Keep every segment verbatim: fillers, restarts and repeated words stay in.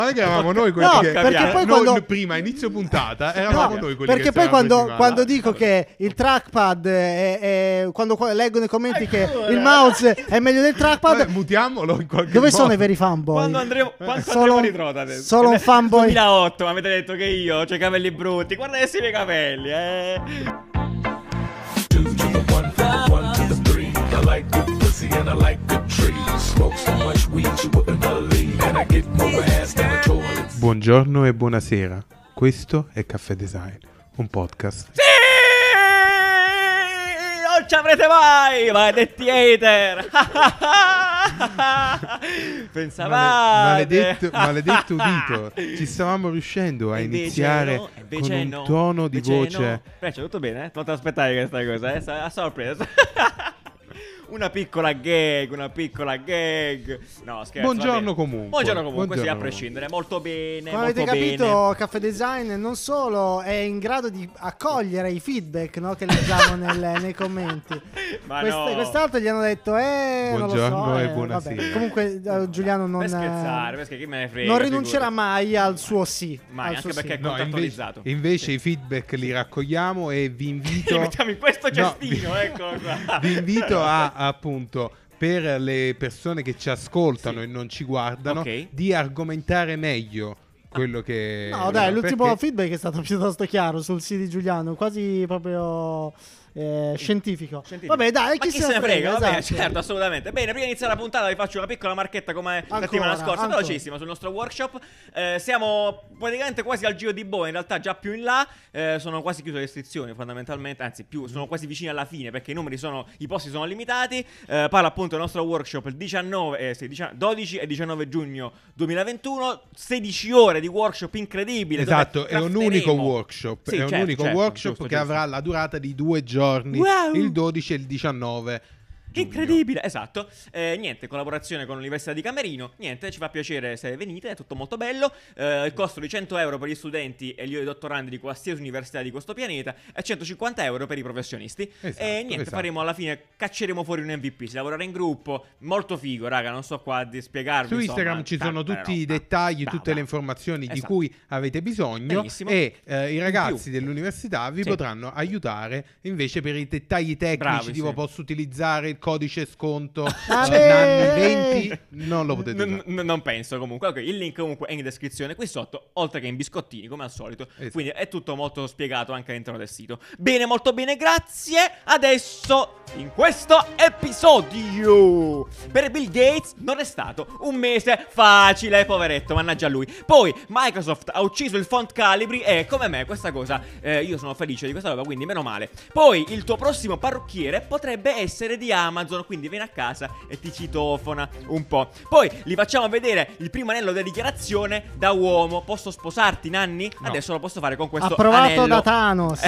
Non è che eravamo noi quelli no, che perché poi noi, quando prima inizio puntata eravamo no, noi quelli perché che poi quando, quando presi dico che il trackpad è, è, quando leggo nei commenti che Ancora? il mouse è meglio del trackpad, Vabbè, mutiamolo in qualche dove modo. sono i veri fanboy? Quando andremo, quando Solo- andremo a ritrovato adesso? solo un Nel fanboy. duemilaotto mi avete detto che io ho i capelli brutti. Guarda adesso i miei capelli, eh. Two to the one, from the one to the three. I like good pussy and I like good trees. Smoke so much weed you wouldn't believe, and I get more ass than a toilet. Buongiorno e buonasera. Questo è Caffè Design, un podcast. Sì! Non ci avrete mai, maledetti hater. Pensavate. Maledetto, maledetto udito. Ci stavamo riuscendo a E invece iniziare no, e invece con un no, tono di invece voce. no. Invece tutto bene, eh? Non ti aspettavi questa cosa, eh? A sorpresa. Una piccola gag, una piccola gag. No, scherzo. Buongiorno va bene. comunque. Buongiorno comunque, Buongiorno sì, a comunque. prescindere. Molto bene, Come molto avete capito, bene. Caffè Design non solo è in grado di accogliere i feedback, no, che leggiamo nel- nei commenti. Ma Queste- no. Quest'altro gli hanno detto eh, non lo Buongiorno so, e eh, buonasera. vabbè. Comunque eh, Giuliano non, Per scherzare, eh, perché chi me ne frega. non rinuncerà figurati. mai al suo sì. Mai, al anche suo perché sì. è No, invece, contrattualizzato. invece i feedback li raccogliamo e vi invito. Li mettiamo in questo No, cestino, vi- eccolo qua. Vi invito a appunto, per le persone che ci ascoltano Sì. e non ci guardano, Ok. di argomentare meglio quello che. No, dai, l'ultimo perché- feedback è stato piuttosto chiaro sul sì di Giuliano, quasi proprio eh, scientifico. Scientifico. Vabbè, dai, ma chi, chi se ne frega? Vabbè, esatto. certo, assolutamente. Bene, prima di iniziare la puntata vi faccio una piccola marchetta come la Ancora, settimana scorsa, ancora. velocissima, sul nostro workshop. Eh, siamo praticamente quasi al giro di boa, in realtà già più in là. Eh, sono quasi chiuse le restrizioni fondamentalmente, anzi più, sono quasi vicini alla fine perché i numeri sono, i posti sono limitati. Eh, parla appunto del nostro workshop il diciannove, eh, sì, diciannove dodici e diciannove giugno duemilaventuno, sedici ore di workshop incredibile. dove Esatto, è un crafteremo- unico workshop. Sì, è un certo, unico certo, workshop giusto, che giusto. avrà la durata di due giorni, Wow! il dodici e il diciannove. giugno. Incredibile, esatto. Eh, niente, collaborazione con l'Università di Camerino. Niente, ci fa piacere se venite, è tutto molto bello. Eh, il costo di cento euro per gli studenti e gli dottorandi di qualsiasi università di questo pianeta e centocinquanta euro per i professionisti. Esatto, e niente, esatto. faremo alla fine, cacceremo fuori un M V P. Si lavorerà in gruppo, molto figo, raga. Non so qua di spiegarvi. Su insomma, Instagram ci sono tanta tutti i roba. dettagli, Bravo, tutte le bravo. informazioni di Esatto. cui avete bisogno. Benissimo. E eh, i In ragazzi più. dell'università vi Sì. potranno aiutare invece per i dettagli tecnici, Bravi, tipo sì. posso utilizzare il codice sconto Ale! Nanni venti, non lo potete N- usare. n- non penso comunque. Ok, il link comunque è in descrizione qui sotto, oltre che in biscottini come al solito. Esatto. Quindi è tutto molto spiegato anche all'interno del sito. Bene, molto bene, grazie. Adesso, in questo episodio, per Bill Gates non è stato un mese facile, poveretto, mannaggia a lui. Poi Microsoft ha ucciso il font Calibri e come me questa cosa, eh, io sono felice di questa roba, quindi meno male. Poi il tuo prossimo parrucchiere potrebbe essere di Amazon, quindi vieni a casa e ti citofona un po'. Poi li facciamo vedere il primo anello della dichiarazione da uomo. Posso sposarti, Nanni? No. Adesso lo posso fare con questo Approvato anello. da Thanos.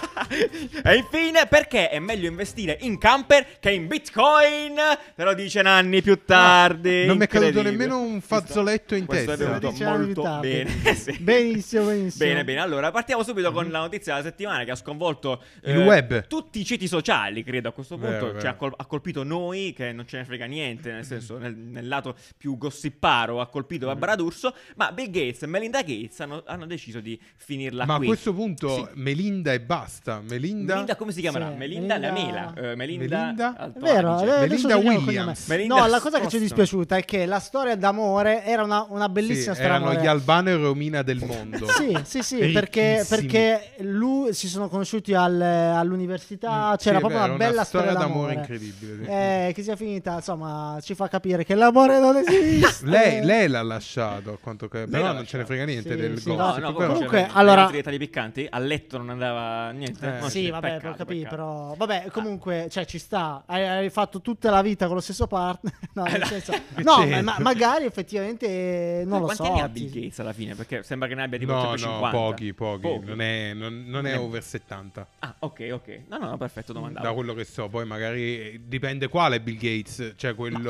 E infine, perché è meglio investire in camper che in Bitcoin? Te lo dice Nanni più tardi. Non mi è caduto Incredibile. nemmeno un fazzoletto in Questo testa. è venuto Dieci anni più molto tardi. bene. Sì. Benissimo, benissimo. Bene, bene. Allora, partiamo subito con la notizia della settimana che ha sconvolto eh, Il web. tutti i siti sociali, credo a questo punto. Vero, Cioè, vero. ha, col- ha colpito noi, che non ce ne frega niente, nel senso, nel, nel lato più gossiparo, ha colpito Barbara D'Urso. Ma Bill Gates e Melinda Gates hanno, hanno deciso di finirla Ma a qui. questo punto Sì. Melinda e basta. Melinda, Melinda come si chiamerà? Sì, Melinda, la Melinda- mela. Eh, Melinda, Melinda? Alto È vero, Adige. eh, adesso Melinda vediamo il Williams. cognome. Melinda No, la cosa che ci è Stosson. dispiaciuta è che la storia d'amore era una, una bellissima sì, storia erano d'amore. gli Albano e Romina del mondo. Sì, sì, sì, perché, Ricchissimi. perché lui si sono conosciuti al- all'università, Mm, c'era sì, proprio è una vero, bella storia storia d'amore d'amore. incredibile. sì. Eh, che sia finita, insomma, ci fa capire che l'amore non esiste. Lei, lei l'ha lasciato, a quanto che... però l'ha non ce ne lasciato. frega niente Sì, del sì, No, gossip. no, però- comunque, c'erano allora- altri dettagli piccanti. A letto non andava niente. Eh. No, Sì, vabbè, peccato, per capire, peccato. però vabbè, comunque, cioè ci sta. Hai, hai fatto tutta la vita con lo stesso partner. No, nel senso, no, c'entra? ma magari effettivamente non lo Quanti so. anni ha ti- Bill Gates alla fine? Perché sembra che ne abbia tipo No, no, centocinquanta. pochi, pochi. Non è, non, non è Non è- over settanta. Ah, ok, ok. No, no, no, perfetto, domandavo. Da quello che so, poi magari dipende quale Bill Gates, cioè quello...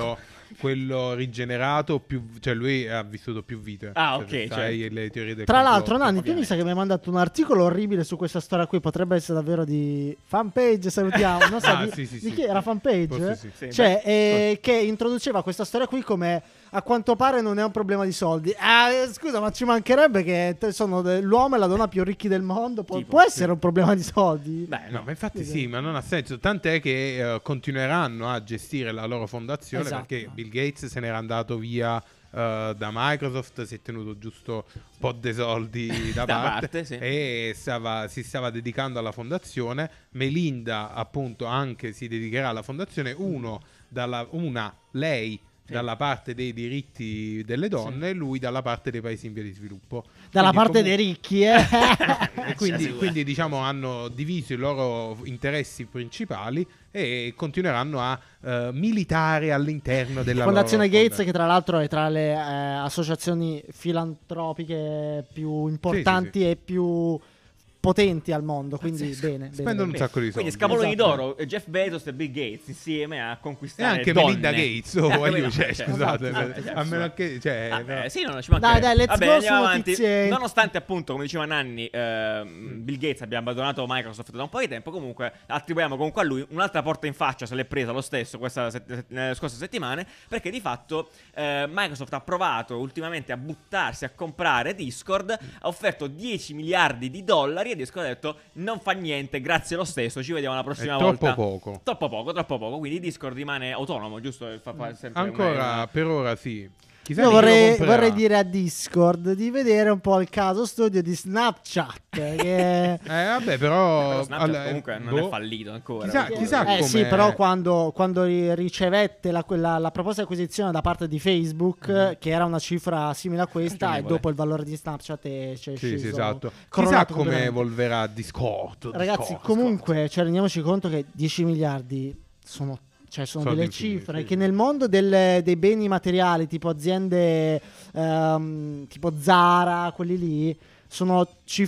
quello rigenerato più, cioè lui ha vissuto più vite. Ah, Se ok, sai certo. le teorie del Tra l'altro, complotto. Nanni, tu mi sa che mi hai mandato un articolo orribile su questa storia qui. Potrebbe essere davvero di fanpage, salutiamo. Non so, Ah, di, sì, sì, di sì. chi era fanpage? Forse eh? sì. Sì, Cioè, beh, eh, che introduceva questa storia qui come a quanto pare non è un problema di soldi. Ah, eh, scusa, ma ci mancherebbe che te- sono de- l'uomo e la donna più ricchi del mondo. Pu- Tipo, può sì. essere un problema di soldi? Beh, No, no. ma infatti sì, ma non ha senso. Tant'è che eh, continueranno a gestire la loro fondazione Esatto. perché Bill Gates se n'era andato via eh, da Microsoft, si è tenuto giusto un po' dei soldi da, Da parte, parte, sì. e stava- si stava dedicando alla fondazione. Melinda, appunto, anche si dedicherà alla fondazione. Uno, dalla, una, lei. Sì. Dalla parte dei diritti delle donne e lui dalla parte dei paesi in via di sviluppo. Dalla Quindi parte comu- dei ricchi, eh? e quindi, Cioè, quindi, diciamo hanno diviso i loro interessi principali e continueranno a eh, militare all'interno della Fondazione loro Gates, fonda- che tra l'altro è tra le eh, associazioni filantropiche più importanti Sì, sì, e più potenti al mondo. Quindi bene, bene, spendono un bene. sacco di soldi. Quindi scapoloni Esatto. d'oro, eh, Jeff Bezos e Bill Gates insieme a E conquistare anche donne. Melinda Gates, oh, Eh, anche voglio- Melinda- cioè, certo. scusate, Esatto, certo, a meno che, cioè, Vabbè, no. sì, non ci mancherebbe. Dai, dai, let's Vabbè, go andiamo su avanti. notizie. Nonostante, appunto, come diceva Nanni, ehm, Bill Gates abbia abbandonato Microsoft da un po' di tempo, comunque attribuiamo comunque a lui un'altra porta in faccia, se l'è presa lo stesso questa set- set- nelle scorse settimane, perché di fatto eh, Microsoft ha provato ultimamente a buttarsi a comprare Discord, ha offerto dieci miliardi di dollari e Discord ha detto non fa niente, grazie lo stesso, ci vediamo la prossima È troppo volta. poco. Troppo poco, troppo poco, quindi Discord rimane autonomo, giusto? Fa- fa sempre Ancora una- per ora sì. Chissà Io chi lo vorrei, comprerà. vorrei dire a Discord di vedere un po' il caso studio di Snapchat. Che... Eh vabbè, però, Però Snapchat allora, comunque non boh. è fallito ancora. Chissà- perché- chissà eh come- sì, però quando, quando ri- ricevette la, quella- la proposta di acquisizione da parte di Facebook, Mm-hmm. che era una cifra simile a questa, e Ragionevole. dopo il valore di Snapchat è, cioè, è Sì, sceso. sì, esatto. Chissà crollato come completamente. evolverà Discord. Ragazzi, Discord, comunque, cioè, rendiamoci conto che dieci miliardi sono, cioè, sono Soldi delle infiniti, cifre sì. che nel mondo del- dei beni materiali, tipo aziende ehm, tipo Zara, quelli lì, sono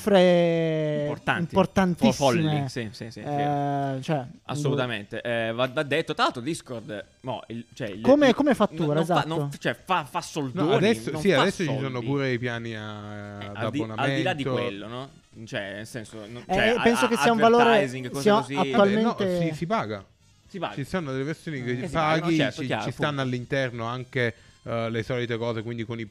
cifre Importanti. importantissime. Fo- folli, sì, sì, sì, Eh, cioè, Assolutamente, eh, va, va detto. Tra l'altro, Discord, mo, il- cioè, il- Come- il- come fattura, non fa- esatto. non- cioè, fa, fa soldoni. No, adesso, non sì, fa adesso ci soldi. sono pure i piani a, Eh, ad al, di, abbonamento. al di là di quello, no? Cioè, nel senso, non- Eh, cioè, penso a- che sia un valore- advertising, cose sia così. attual- Vabbè, no, attualmente- si, si paga. Si paga. Ci sono delle persone che Eh, si paghi, pagano, certo, ci, chiaro, ci stanno appunto. all'interno anche eh, le solite cose, quindi con i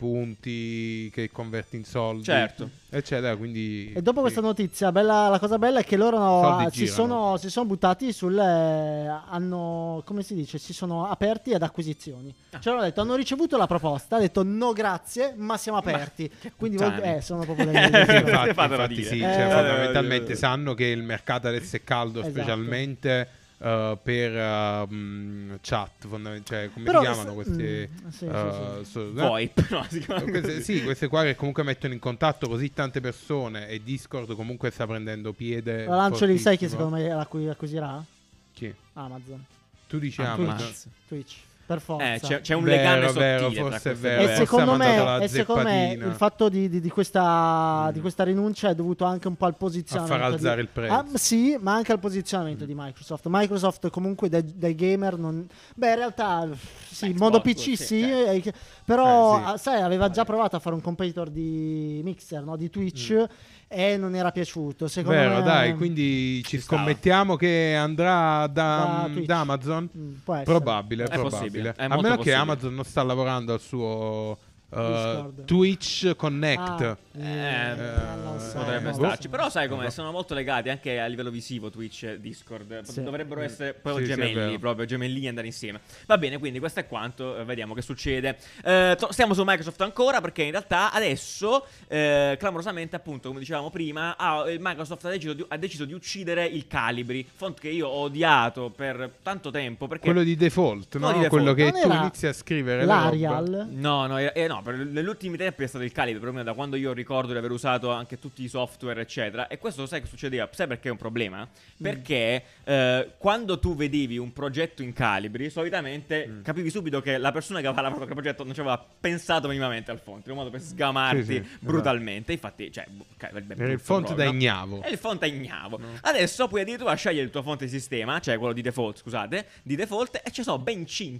punti che converti in soldi, Certo. eccetera. Quindi E dopo sì. questa notizia, bella- la cosa bella è che loro Soldi ah, si, girano. sono, si sono buttati sul. eh, hanno, come si dice? Si sono aperti ad acquisizioni. Ah. Cioè, hanno detto, hanno ricevuto la proposta, ha detto no, grazie, ma siamo aperti. Quindi, vol- puttane. eh, sono proprio Sì, delle. infatti, Fatelo infatti dire. sì, Eh, cioè, eh, fondamentalmente eh, sanno che il mercato adesso è caldo, Esatto. specialmente eh, per eh, mh, chat, fondament- cioè come Però- si chiamano queste mm, sì, eh, sì, sì. so- VoIP, no, si chiama queste, così. sì, queste qua che comunque mettono in contatto così tante persone, e Discord comunque sta prendendo piede. La lancio lì, sai chi fortissimo. secondo me l'acqui- acquisirà? Chi? Amazon, Tu dici Ah, Amazon? Twitch. Twitch. Per forza. Eh, c'è, c'è un Vero, legame sottile vero, tra forse queste è vero. due. E forse secondo, ha mandato me, la e secondo me zeppatina. il fatto di, di- di questa, Mm. di questa rinuncia è dovuto anche un po' al A posizionamento. far alzare di- il prezzo. Ah, sì, ma anche al posizionamento di Microsoft. Microsoft comunque dai, dai gamer non... Beh, in realtà sì, in Xbox, modo P C sì, sì, certo. eh, che- però Eh, sì. ah, sai, aveva già provato a fare un competitor di Mixer, no? Di Twitch, Mm. e non era piaciuto. Secondo Vero, me... dai, quindi ci Ci stava. scommettiamo che andrà da, Da Twitch. da Amazon? Mm, può essere. Probabile, È probabile. possibile, è A molto meno che possibile. Amazon non sta lavorando al suo uh, Discord. Twitch Connect. Ah, Eh, eh, non so, potrebbe non so. starci, però sai com'è? Boh. Sono molto legati anche a livello visivo Twitch e Discord. Sì. Dovrebbero Mm. essere proprio Sì, sì, è gemelli, vero. proprio gemellini, andare insieme. Va bene, quindi questo è quanto. eh, Vediamo che succede. Eh, to- stiamo su Microsoft ancora, perché in realtà adesso, eh, clamorosamente, appunto, come dicevamo prima, ha- il Microsoft ha deciso, di, ha deciso di uccidere il Calibri, font che io ho odiato per tanto tempo. Perché Quello di default, Quello no? di default. Quello che Non tu era inizi a scrivere le robe. L'Arial. No, no, eh, eh, no, per, negli ultimi tempi è stato il Calibre, perlomeno da quando io ricordo di aver usato anche tutti i software, eccetera. E questo sai che succedeva? Sai perché è un problema? Perché eh, quando tu vedevi un progetto in Calibri, solitamente Mm. capivi subito che la persona che aveva lavorato a quel progetto non ci aveva pensato minimamente al font, in un modo per sgamarti Sì, sì, brutalmente. Infatti, cioè, bu- ca- beh, Era il brutto font proprio, da no? ignavo. È il font a ignavo. Adesso puoi addirittura scegliere il tuo font di sistema, cioè quello di default, scusate, di default, e ci sono ben cinque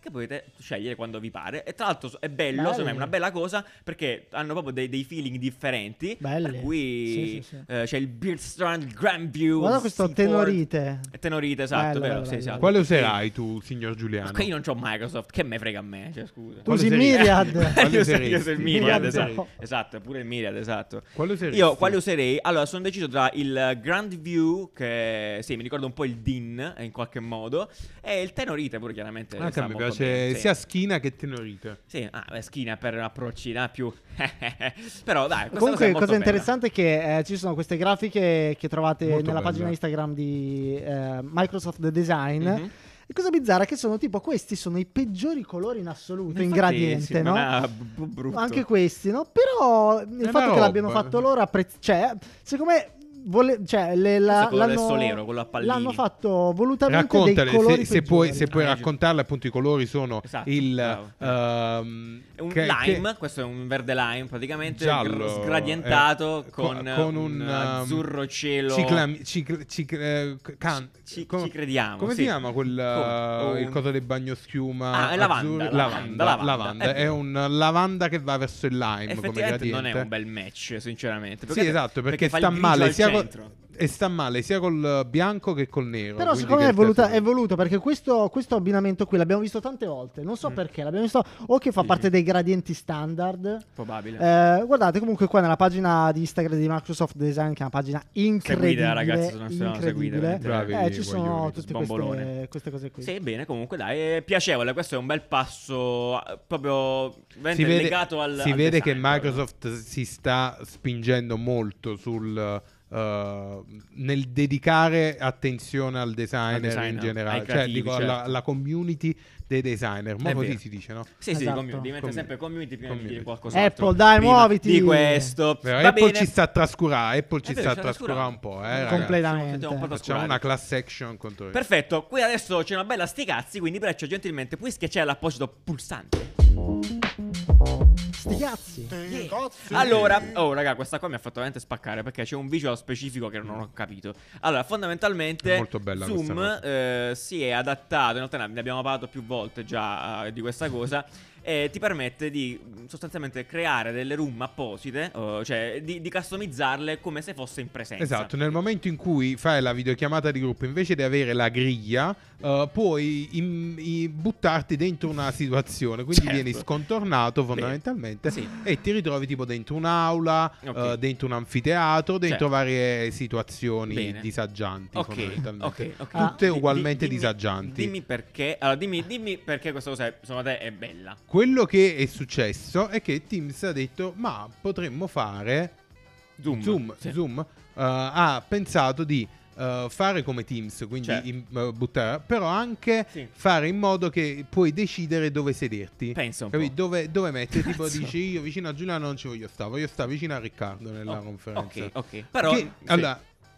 che potete scegliere quando vi pare. E tra l'altro è bello, Belli. secondo me è una bella cosa, perché hanno proprio dei, dei feeling differenti. Belli. Per cui Sì, sì, sì. eh, c'è il Beard Strand, il Grandview. Guarda questo Seaford. tenorite. Tenorite, esatto, Bello, vero? bello, Sì, bello. esatto. Quale userai tu, signor Giuliano? Ma qui io non c'ho Microsoft, che me frega a me, cioè scusa. Tu Quale usi useresti? Myriad. Quale io, useresti? io uso il Myriad, Myriad, esatto. no. Esatto, pure il Myriad, esatto. Quale useresti? Io quale userei? Allora, sono deciso tra il Grandview, che sì, mi ricorda un po' il D I N in qualche modo, e il Tenorite pure chiaramente. Anche sta a me molto piace bene, sì. sia schina che tenorite. Sì, ah, beh, schina per approcci da più. Però dai, questa Comunque, cosa, è cosa molto interessante è che eh, ci sono queste grafiche che trovate Molto nella belle. pagina Instagram di eh, Microsoft The Design. bella. Mhm. E cosa bizzarra è che sono tipo questi sono i peggiori colori in assoluto, in Infatti, gradiente, sì, no? non è b- brutto. Anche questi, no? Però il una fatto che roba. l'abbiano fatto loro apprezz- cioè, secondo me vole- cioè, le- la- Questo è quello del l'hanno, solero, quello a pallini. l'hanno fatto volutamente Raccontale, dei colori se, se puoi, peggiori. se puoi Ah, raccontarle, appunto i colori sono Esatto, il bravo. ehm, È un che- lime, che- questo è un verde lime praticamente, giallo, gr- sgradientato eh, con, co- con un, un um, azzurro cielo. ciclam- cic- cic- eh, can- Ci- com- ci crediamo, Come sì. si chiama quel Come? uh, il Un- coso del bagnoschiuma? Ah, è lavanda, azzurro? lavanda, lavanda, lavanda, lavanda. è È, vero. un lavanda che va verso il lime come Effettivamente non gradiente. è un bel match, sinceramente. Sì, esatto, perché, fa sta il grigio male al sia col, centro. e sta male sia col bianco che col nero. Però quindi secondo me che è voluta- testo- è voluto perché questo, questo abbinamento qui l'abbiamo visto tante volte. Non so perché, l'abbiamo visto o che fa Sì, parte sì. dei gradienti standard. Probabile. Eh, guardate comunque qua nella pagina di Instagram di Microsoft Design, che è una pagina incredibile, Seguite, ragazzi, se non si- non seguite, incredibile. veramente. Bravi, Eh, ci sono guaglioni, tutte sbombolone. queste, queste cose qui. Sì, bene, comunque dai, è piacevole. Questo è un bel passo eh, proprio veramente si vede, legato al si al vede che design, proprio. Microsoft si sta spingendo molto sul uh, nel dedicare attenzione al designer, Al designer, in ai generale, cioè creativi, dico alla, certo. alla community dei designer. Ma È così vero. si dice, no? Sì, sì, Esatto. community, diventa Community. sempre community prima Community. di dire qualcos'altro. Apple, dai, Prima muoviti! Di questo. Vero, Va Apple bene. ci sta a trascurare, Apple ci È vero, sta a ci sta trascurare un po', eh, ragazzi. Completamente. Siamo un po' Facciamo trascurati. una class action contro Perfetto, qui adesso c'è una bella sticazzi, quindi Breccia gentilmente puoi schiacciare l'apposito pulsante. Sti cazzi. Allora, oh raga, questa qua mi ha fatto veramente spaccare perché c'è un visual specifico che non ho capito. Allora, fondamentalmente È molto bella questa Zoom cosa. eh, si è adattato, in realtà ne abbiamo parlato più volte già eh, di questa cosa, e ti permette di mh, sostanzialmente creare delle room apposite, oh, cioè di, di customizzarle come se fosse in presenza. Esatto, nel momento in cui fai la videochiamata di gruppo, invece di avere la griglia, uh, puoi im- i- buttarti dentro una situazione, quindi Certo. vieni scontornato fondamentalmente Sì. e ti ritrovi tipo dentro un'aula, Ok. uh, dentro un anfiteatro, dentro Certo. varie situazioni Bene. disagianti Ok, fondamentalmente. ok, ok. Ah. Tutte Di- ugualmente di- dimmi- disagianti. Dimmi perché. Allora, dimmi, dimmi perché questa cosa è, secondo te è bella. Quello che è successo è che Teams ha detto ma potremmo fare Zoom. Zoom, Sì. Zoom, uh, ha pensato di uh, fare come Teams, quindi Certo. in- uh, buttare, però anche Sì. fare in modo che puoi decidere dove sederti. Pensa un Capì? po'. Dove, dove mettere, tipo Cazzo. dici io vicino a Giuliano non ci voglio stare, voglio stare vicino a Riccardo nella Oh, conferenza. Ok, ok. Però Che- sì. allora,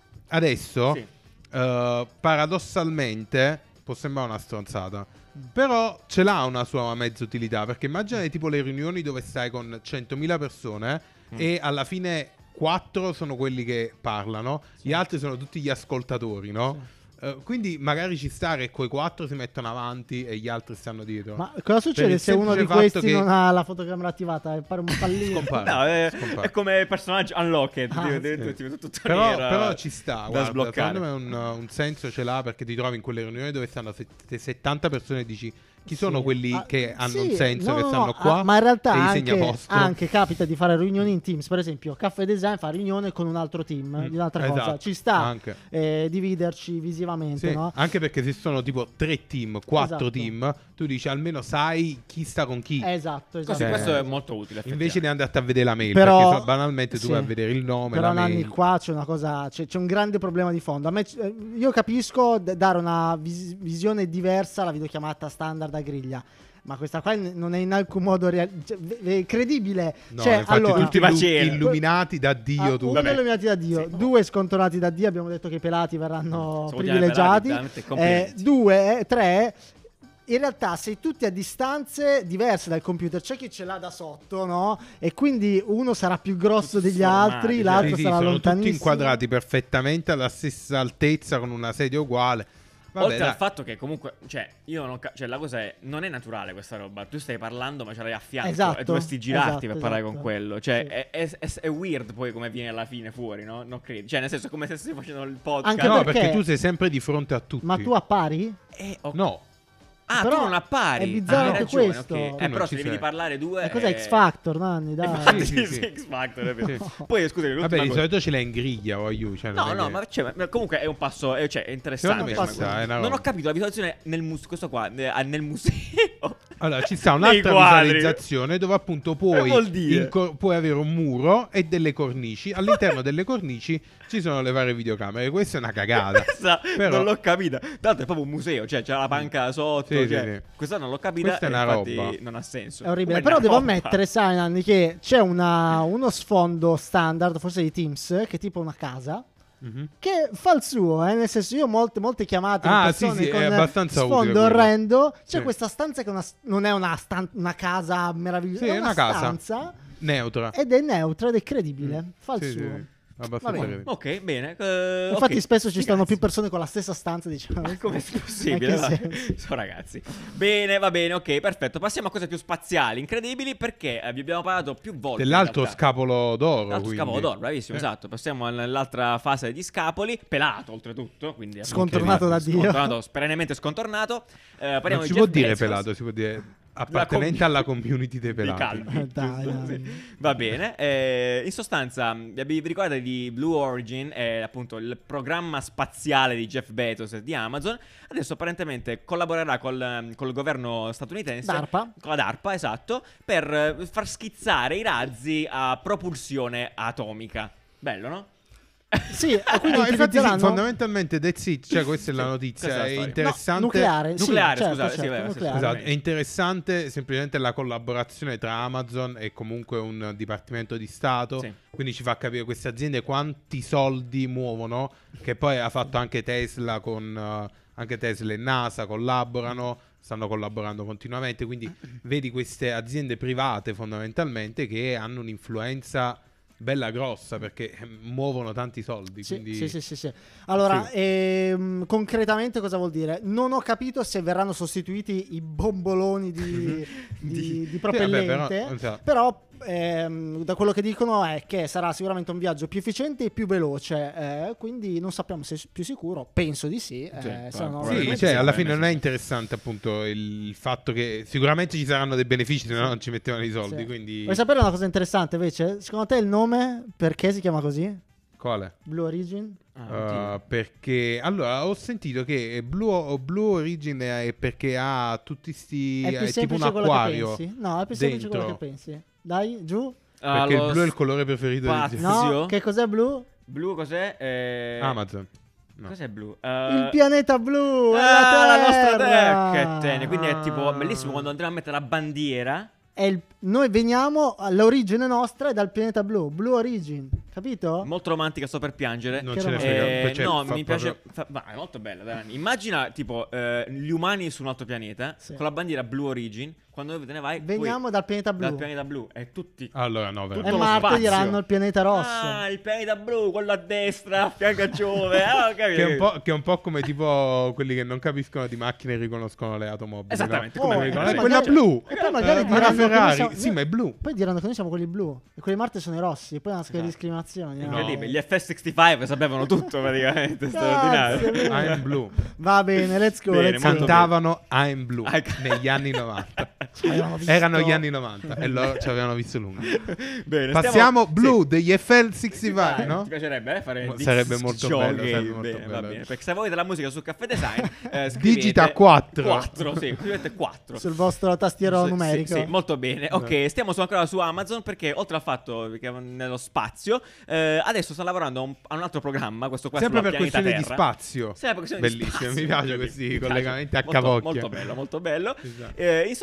adesso Sì. uh, paradossalmente può sembrare una stronzata, però ce l'ha una sua mezza utilità, perché immagina tipo le riunioni dove stai con centomila persone Mm. e alla fine quattro sono quelli che parlano, gli altri sono tutti gli ascoltatori, no? Eh, quindi magari ci sta che quei quattro si mettono avanti e gli altri stanno dietro. Ma cosa Per succede il se uno semplice di fatto questi che- non ha la fotocamera attivata e pare un pallino? Scompare. No, è, Scompare. è come il personaggio Unlocked. Ah, tipo, sì. tipo, tutto, tutto Però, nero, però ci sta, da guarda, sbloccare. secondo me un, un senso ce l'ha, perché ti trovi in quelle riunioni dove stanno set- settanta persone e dici chi sono Sì. quelli Ah, che hanno sì, un senso, no, che no, stanno no, qua ah, ma in realtà e gli anche, segna posto. anche capita di fare riunioni in Teams. Per esempio, Caffè Design fa riunione con un altro team Mm, di un'altra esatto, cosa. Ci sta anche. eh, dividerci visivamente, Sì, no? anche perché se sono tipo tre team, quattro Esatto. team, tu dici almeno sai chi sta con chi. Esatto, esatto. Così, Eh, questo è molto utile. Invece di andare a vedere la mail, Però- perché so- banalmente tu sì. vai a vedere il nome, Però la Nanni, mail. qua c'è una cosa, c'è, c'è un grande problema di fondo. A me, eh, io capisco d- dare una vis- visione diversa alla videochiamata standard a griglia, ma questa qua n- non è in alcun modo real- cioè, v- v- credibile. No, cioè, infatti allora, tutti Ultima illu- cena. illuminati da Dio ah, tu. uno Vabbè. illuminati da Dio, Sì. due scontorati da Dio. Abbiamo detto che i pelati verranno Se vogliamo i privilegiati. pelati, veramente Eh, complimenti. due, eh, tre. In realtà sei tutti a distanze diverse dal computer, c'è chi ce l'ha da sotto, no? E quindi uno sarà più grosso Tutti degli sformati, altri, cioè. l'altro Sì, sì, sarà sono lontanissimo. tutti inquadrati perfettamente alla stessa altezza con una sedia uguale. Vabbè, oltre dai. al fatto che comunque, cioè, io non ca- cioè, la cosa è, non è naturale questa roba. Tu stai parlando, ma ce l'hai a fianco Esatto, e dovresti girarti esatto, per parlare esatto. con quello. Cioè, Sì. è, è, è- è weird poi come viene alla fine fuori, no? Non credi? Cioè, nel senso, è come se stessi facendo il podcast. Anche No, perché- perché tu sei sempre di fronte a tutti. Ma tu appari? Eh, ok. No. Ah, Però tu non appari. è bizzarro Ah, hai anche ragione, questo. ok. Eh, Eh, non però ci se devi sei. di parlare due. E cos'è eh, X Factor, Nanni? Dai. Infatti, Sì, sì, sì, sì. X Factor, è vero. Sì. Poi scusami, l'ultima Vabbè, di cosa. solito ce l'hai in griglia o aiuto. Cioè, non No, è no, che- ma, cioè, ma comunque è un passo, eh, cioè, è interessante. Secondo me come ci cosa. sta, è una Non roba. ho capito la visualizzazione nel museo. Questo qua, eh, nel museo. Allora, ci sta Nei un'altra quadri. visualizzazione dove appunto Che puoi, vuol dire? inco- puoi avere un muro e delle cornici. All'interno delle cornici ci sono le varie videocamere. Questa è una cagata. Questa Però- non l'ho capita. Tra l'altro è proprio un museo, cioè c'è la panca sotto. Sì, cioè, sì, sì. Questa non l'ho capita. Questa è e una infatti roba. non ha senso. È orribile. Come Però una devo roba. ammettere, sai, Nanni, che c'è una- uno sfondo standard, forse di Teams, che è tipo una casa. Mhm. Che fa il suo, eh? Nel senso, io ho molte, molte chiamate Ah, con sì, persone sì, con è abbastanza utile sfondo quello. orrendo. C'è Sì. questa stanza che è una- non è una, stan- una casa meravigliosa, Sì, è è una, una casa. stanza Neutra. ed è neutra ed è credibile. Fa il Sì, suo. sì, abbastanza Va bene. credibile. Ok, bene. eh, Infatti, ok. spesso ci Sti stanno cazzi. più persone con la stessa stanza, diciamo. Ma come è possibile? In che Va- senso? Sono ragazzi. Bene, va bene, ok, perfetto. Passiamo a cose più spaziali, incredibili, perché eh, vi abbiamo parlato più volte. in Dell'altro realtà. scapolo d'oro. L'altro quindi. scapolo d'oro, bravissimo, Eh. esatto. Passiamo nell'altra fase di scapoli, pelato oltretutto, quindi Scontornato da Dio. scontornato, perennemente scontornato. Eh, parliamo Non di si Jeff può dire Bezos. pelato, si può dire appartenente com- alla community dei dei pelati. calvi, Eh, dai, giusto? dai. Sì. Va bene. eh, in sostanza, vi vi ricordate di Blue Origin, è appunto il programma spaziale di Jeff Bezos e di Amazon. Adesso apparentemente collaborerà col, col governo statunitense, DARPA. con la DARPA, esatto, per eh, far schizzare i razzi a propulsione atomica. Bello, no? Sì, e quindi No, infatti sì, utilizzeranno fondamentalmente that's it, cioè questa è la notizia, Questa è la è storia. interessante. No, nucleare, sì, Nucleare, certo, scusate, sì, certo, beh, sì, nucleare. Esatto, è interessante semplicemente la collaborazione tra Amazon e comunque un dipartimento di Stato, Sì. quindi ci fa capire queste aziende quanti soldi muovono, che poi ha fatto anche Tesla con eh, anche Tesla e NASA collaborano, stanno collaborando continuamente, quindi vedi queste aziende private fondamentalmente che hanno un'influenza bella grossa perché eh, muovono tanti soldi, Sì, quindi sì, sì, sì, sì. Allora, Sì. ehm, concretamente cosa vuol dire? Non ho capito se verranno sostituiti i bomboloni di, di, di propellente, Sì, vabbè, però, esatto. però ehm, da quello che dicono è che sarà sicuramente un viaggio più efficiente e più veloce, eh, quindi non sappiamo se è più sicuro, penso di sì. Sì, eh, probabilmente saranno- Sì, Probabilmente cioè sì, alla fine probabilmente non è sì. interessante appunto il fatto che sicuramente ci saranno dei benefici, se no non ci mettevano i soldi, Sì. quindi Vuoi sapere una cosa interessante invece? Secondo te il nome perché si chiama così? quale? Blue Origin? Ah, Uh, oddio. perché allora ho sentito che Blue, Blue Origin è perché ha tutti sti È è, più tipo un semplice quello che acquario. pensi? No, è più semplice quello dentro. che pensi. Dai, giù. Ah, Perché lo il blu è il colore preferito di spazio. Jeff. Zio? No, che cos'è blu? Blu cos'è? Eh, Amazon. No. Cos'è blu? Il Eh, pianeta blu! è Ah, la nostra Terra! terra. Che tenue. Quindi è tipo Ah. bellissimo quando andremo a mettere la bandiera. È il- Noi veniamo, all'origine nostra è dal pianeta blu. Blue Origin, capito? Molto romantica, sto per piangere. Non Che ce ne roba. frega. Eh, cioè, no, fa mi proprio- piace. fa- ma è molto bella. Dai. Immagina tipo eh, gli umani su un altro pianeta Sì. con la bandiera Blue Origin. Quando te ne vai, Veniamo poi dal pianeta blu. dal pianeta blu e tutti. Allora no, E veramente. tutto lo Marte spazio. diranno il pianeta rosso. Ah, il pianeta blu, quello a destra, a fianco a Giove. Ah, ho capito. Che è, un po', che è un po' come tipo quelli che non capiscono di macchine e riconoscono le automobili. Esattamente, no? come Oh, riconoscono- Eh, poi quella magari- blu. E poi magari Eh, diranno una che noi Ferrari. siamo- Sì, ma è blu. Poi diranno che noi siamo quelli blu e quelli di Marte sono i rossi. E poi è una serie di Esatto. discriminazioni. no? Incredibile, gli F S sessantacinque sapevano tutto praticamente. Straordinario. Cazzo, I'm blue. Va bene, let's go. Bene, let's go. molto Cantavano I'm blue Ah, negli anni novanta. Avevamo visto- Erano gli anni novanta e loro ci avevano visto lungo. Bene, Passiamo stiamo- blu sì. degli F L sessantacinque, Vai, no? Ti piacerebbe eh, fare Mo- disc sarebbe molto jockey? bello, sarebbe molto Bene, va bello. bene. Perché se volete la musica su Caffè Design, eh, scrivete Digita quattro. quattro, sì, scrivete quattro. sul vostro tastiero Sì, numerico. Sì, sì, molto bene. Ok, stiamo su, ancora su Amazon perché oltre al fatto che è nello spazio, eh, adesso sta lavorando a un, a un altro programma, questo qua Sempre sulla per pianeta questione di Terra. spazio. Sempre per questione di Bellissimo, spazio, mi piace bellissimo. questi Mi piace. collegamenti a Molto- cavocchia. Molto bello, molto bello. Esatto. Eh, in sostanza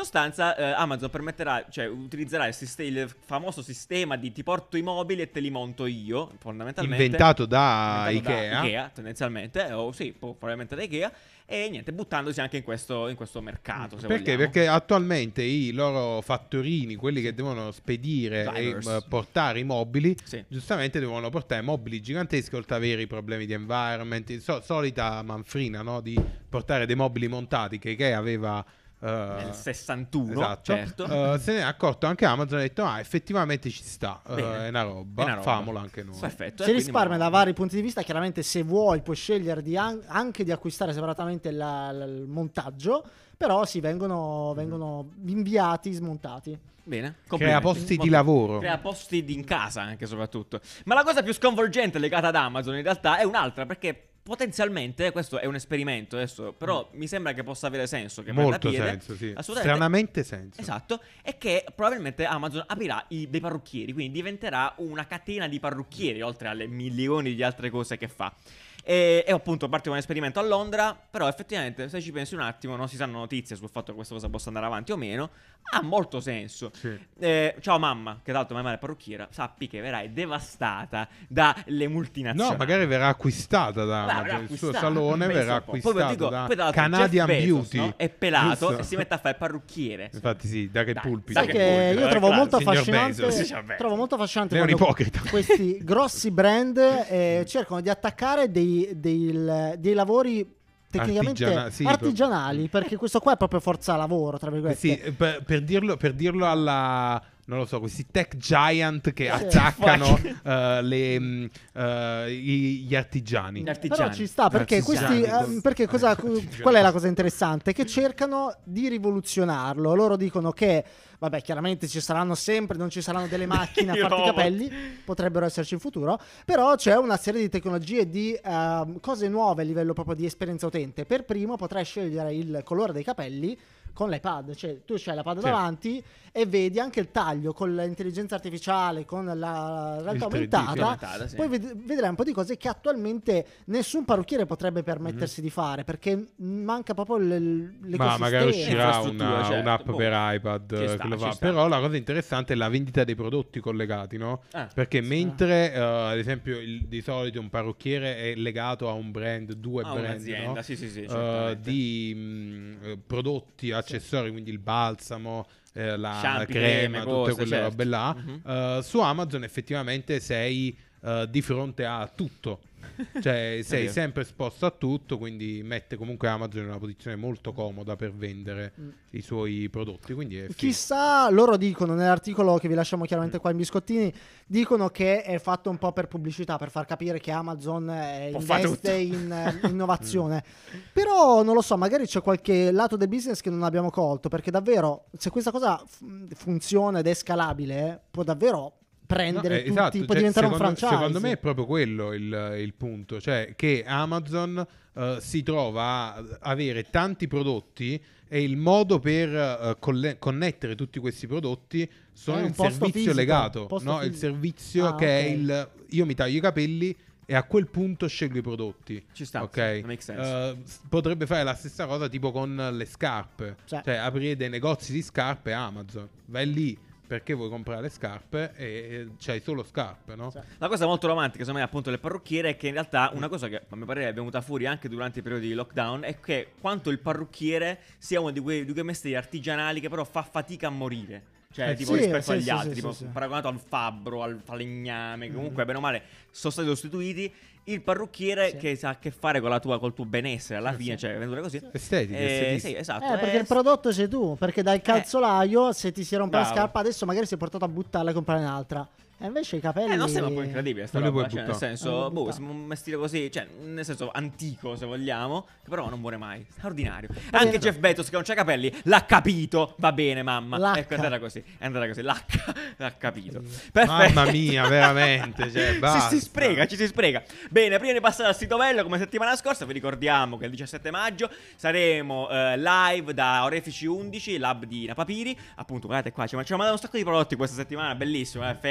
cosa eh, Amazon permetterà, cioè utilizzerà il, siste- il famoso sistema di ti porto i mobili e te li monto io, fondamentalmente. Inventato da Inventato Ikea. da Ikea, tendenzialmente, o sì, probabilmente da Ikea. E niente, buttandosi anche in questo, in questo mercato. Se Perché? vogliamo. Perché attualmente i loro fattorini, quelli che devono spedire Drivers. e uh, portare i mobili, Sì. giustamente devono portare mobili giganteschi oltre ad avere i problemi di environment, so- solita manfrina, no? Di portare dei mobili montati che Ikea aveva uh, Nel sessantuno, esatto. certo. Uh, se ne è accorto anche Amazon, ha detto ah effettivamente ci sta, uh, Bene. è una roba, È una roba. famola anche noi. Perfetto. Si e risparmia quindi- da vari punti di vista. Chiaramente, se vuoi, puoi scegliere di an- anche di acquistare separatamente la- la- il montaggio. Però si vengono, vengono inviati smontati. Bene. Crea complimenti. posti di Molto- lavoro. Crea posti di in casa anche soprattutto. Ma la cosa più sconvolgente legata ad Amazon in realtà è un'altra, perché potenzialmente questo è un esperimento adesso, però mi sembra che possa avere senso, che prenda Molto piede. senso, sì. Assolutamente. Stranamente senso. Esatto, e che probabilmente Amazon aprirà i, dei parrucchieri, quindi diventerà una catena di parrucchieri, oltre alle milioni di altre cose che fa. E, e appunto parte un esperimento a Londra, però effettivamente se ci pensi un attimo, non si sanno notizie sul fatto che questa cosa possa andare avanti o meno, ha molto senso. Sì. Eh, ciao mamma, che tra l'altro mamma è parrucchiera, sappi che verrai devastata dalle multinazionali. No, magari verrà acquistata da Beh, Amazon. verrà Il suo acquistata, salone pensa verrà un po'. Poi acquistato dico, da poi tra l'altro Canadian Jeff Bezos, Beauty. no? È pelato Giusto. e si mette a fare il parrucchiere. Infatti sì, da che Dai, pulpito. da Sai che che pulpito, io eh, trovo claro, molto signor affascinante. Bezos. Signor Bezos. Trovo molto affascinante Lei è un quando ipocrita. questi grossi brand eh, cercano di attaccare dei, dei, dei lavori tecnicamente Artigiana- sì, artigianali, perché questo qua è proprio forza lavoro, tra virgolette. Sì, per, per dirlo, per dirlo alla... non lo so, questi tech giant che Sì. attaccano eh, le, mh, eh, i- gli artigiani. Gli artigiani. Però ci sta, perché Artigiani, questi cos- eh, perché cosa, Artigiani. qual è la cosa interessante? Che cercano di rivoluzionarlo. Loro dicono che vabbè, chiaramente ci saranno sempre, non ci saranno delle macchine a Io farti i amo. capelli, potrebbero esserci in futuro, però c'è una serie di tecnologie, di ehm, cose nuove a livello proprio di esperienza utente. Per primo potrai scegliere il colore dei capelli con l'iPad, cioè tu c'hai l'iPad Sì. davanti e vedi anche il taglio con l'intelligenza artificiale, con la realtà Il tre D, aumentata. sì. Aumentata, sì. Poi ved- vedrai un po' di cose che attualmente nessun parrucchiere potrebbe permettersi Mhm. di fare, perché manca proprio l- l'ecosistema. Ma magari uscirà Infrastruttura, una, certo. un'app Boh. per iPad Ci eh, sta, che lo ci fa. sta. Però la cosa interessante è la vendita dei prodotti collegati, no? Ah, Perché sì. mentre eh, ad esempio il- di solito un parrucchiere è legato a un brand, due Ah, brand, un'azienda, no? sì, sì, sì, Eh, certamente. di mh, eh, prodotti, accessori, quindi il balsamo, eh, la Shampoo, crema, creme, tutte cose, quelle certo. robe là. Mhm. Eh, su Amazon effettivamente sei eh, di fronte a tutto. Cioè sei vero. sempre esposto a tutto, quindi mette comunque Amazon in una posizione molto comoda per vendere Mm. i suoi prodotti. Quindi è figo. Chissà, loro dicono nell'articolo che vi lasciamo chiaramente qua in biscottini, dicono che è fatto un po' per pubblicità, per far capire che Amazon eh, Può fare investe tutto. in eh, innovazione. Però non lo so, magari c'è qualche lato del business che non abbiamo colto, perché davvero se questa cosa f- funziona ed è scalabile, può davvero prendere No, eh, tutti, esatto, può cioè, diventare un secondo, franchise. secondo me è proprio quello il, il punto, cioè che Amazon eh, si trova a avere tanti prodotti e il modo per eh, colle- connettere tutti questi prodotti sono È un il posto servizio fisico, legato, posto no? il fisico. servizio Ah, che è ok. il io mi taglio i capelli e a quel punto scelgo i prodotti. Ci sta, ok? sì, makes sense. Eh, s- potrebbe fare la stessa cosa tipo con le scarpe, Cioè. cioè aprire dei negozi di scarpe Amazon, vai lì perché vuoi comprare le scarpe e e c'hai solo scarpe, no? Sì. La cosa molto romantica, secondo me, appunto, del parrucchiere è che in realtà una cosa che a mio parere è venuta fuori anche durante i periodi di lockdown è che quanto il parrucchiere sia uno di quei, di quei mestieri artigianali che però fa fatica a morire. Cioè, Eh, tipo sì, rispetto sì, agli sì, altri, sì, tipo sì, sì. paragonato al fabbro, al falegname, che comunque, Mm. bene o male, sono stati sostituiti. Il parrucchiere Sì. che ha a che fare con la tua, col tuo benessere alla Sì, fine, sì. cioè, vendere così. Estetica, Eh, estetica. sì, esatto. Eh, perché eh, il prodotto sei tu, perché dal calzolaio se ti si rompe la Bravo. scarpa adesso magari sei portato a buttarla e comprare un'altra. E invece i capelli Eh, non sembra un po' incredibile sta Non li roba, puoi cioè, nel buttare. senso, Non li puoi boh, buttare. sembra un mestiere così, cioè, nel senso antico se vogliamo, che però non muore mai, straordinario. Va Anche bene. Jeff Bezos che non c'ha capelli, l'ha capito, va bene mamma, L'H. ecco, è andata così, è andata così, l'H, l'ha capito. Sì. Perfetto. Mamma mia, veramente, cioè, basta. Si, si spreca, ci si spreca. Bene, prima di passare al sito bello, come settimana scorsa, vi ricordiamo che il diciassette maggio saremo eh, live da Orefici undici, lab di Napapiri. Appunto, guardate qua, ci ci hanno mandato un sacco di prodotti questa settimana, bellissimo, eh? Felpe, K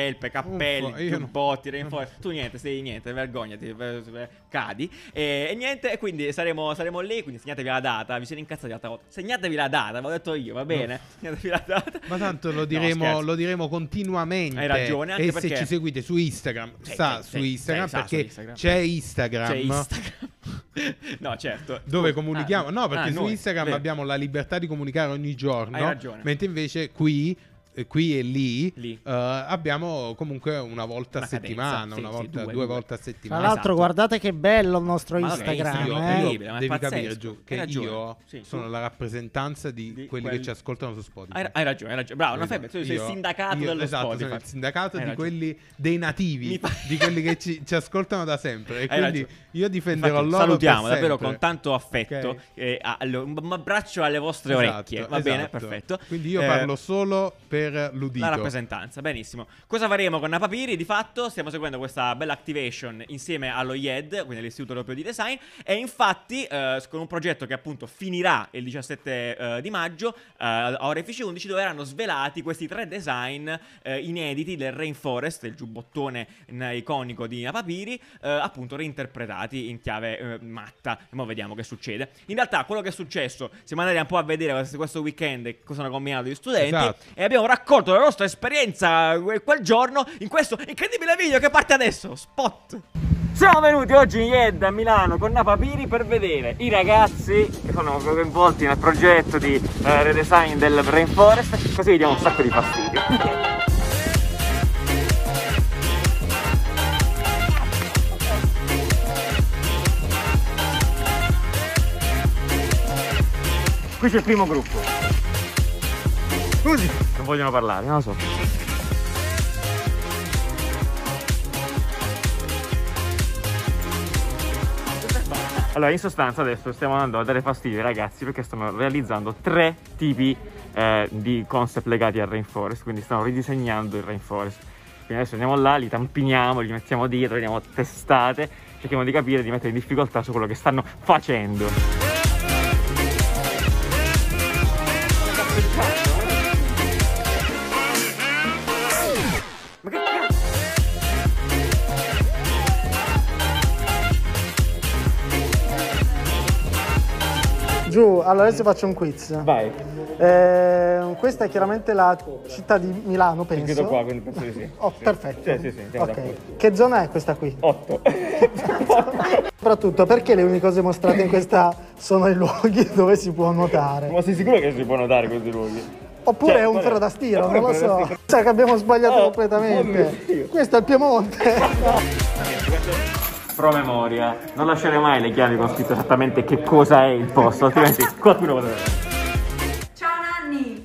cappelli, Uffa, io no. giubbotti, rainforest. Tu niente, sei niente, vergognati, cadi. E, e niente, e quindi saremo, saremo lì, quindi segnatevi la data. Vi siete incazzati l'altra volta. Segnatevi la data, ve l'ho detto io, va bene? Segnatevi la data. Ma tanto lo diremo, No, lo diremo continuamente. Hai ragione, anche e perché... se ci seguite su Instagram, Sì, sta sì, su sì, Instagram, sì, perché su Instagram. c'è Instagram. C'è Instagram. No, certo. Dove Oh, comunichiamo? ah, No, perché ah, su noi, Instagram vero. abbiamo la libertà di comunicare ogni giorno. Hai ragione. Mentre invece qui, eh, qui e lì, Lì. eh, abbiamo comunque una volta Una a settimana, cadenza, sì, una sì, volta, due, due, due. volte a Tra settimana. l'altro, Esatto. guardate che bello il nostro Ma vabbè, Instagram. Io, Instagram, eh. io- incredibile, ma è devi pazzesco. capire Giù che Hai ragione. io Sì, sono tu- la rappresentanza di, di quelli quel- che ci ascoltano su Spotify. Hai, hai ragione, hai ragione. Bravo, una Capito? febbre. Tu sei il Io- sindacato io- dello esatto, Spotify. sono il sindacato Hai di ragione. quelli dei nativi, Mi fa- di quelli che ci, ci ascoltano da sempre. E Hai quindi ragione. io difenderò Infatti, loro. salutiamo per davvero sempre. con tanto affetto. Ok. eh, a- allo- un abbraccio alle vostre Esatto, orecchie. Va bene, esatto. perfetto. Quindi io Eh, parlo solo per l'udito. La rappresentanza, benissimo. Cosa faremo con Napapiri? Di fatto stiamo seguendo questa bella activation insieme allo I E D, quindi all'Istituto Europeo di Design, e infatti eh, con un progetto che appunto finirà il diciassette eh, di maggio eh, a Orefici undici, dove verranno svelati questi tre design eh, inediti del Rainforest, il giubbottone eh, iconico di Napapiri, eh, appunto reinterpretati in chiave eh, matta. E mo vediamo che succede. In realtà quello che è successo, siamo andati un po' a vedere questo, questo weekend cosa hanno combinato gli studenti, Esatto. e abbiamo raccolto la nostra esperienza que- quel giorno in questo incredibile video che parte adesso. Spot. Siamo venuti oggi in I E D a Milano con Napapiri per vedere i ragazzi che sono coinvolti nel progetto di eh, redesign del Rainforest, così vediamo un sacco di fastidio. Qui c'è il primo gruppo. Scusi. Non vogliono parlare, non lo so. Allora, in sostanza adesso stiamo andando a dare fastidio ai ragazzi perché stanno realizzando tre tipi eh, di concept legati al Rainforest, quindi stanno ridisegnando il Rainforest. Quindi adesso andiamo là, li tampiniamo, li mettiamo dietro, vediamo testate, cerchiamo di capire, di mettere in difficoltà su quello che stanno facendo. Ma che cazzo? Giù, allora adesso faccio un quiz. Vai, Eh, questa è chiaramente la città di Milano, penso. chiudo qua, quindi penso di sì. Oh, perfetto. Sì, sì, sì, andiamo Ok. d'accordo. Che zona è questa qui? otto. Soprattutto, perché le uniche cose mostrate in questa sono i luoghi dove si può nuotare? Ma sei sicuro che si può notare questi luoghi? Oppure Cioè, è un guarda, ferro da stiro, oppure non lo un ferro da so. stiro. Sai che abbiamo sbagliato Oh, completamente. oh mio Dio. Questo è il Piemonte. Promemoria, non lasciare mai le chiavi con scritto esattamente che cosa è il posto, altrimenti qualcuno potrebbe. Ciao Nanni!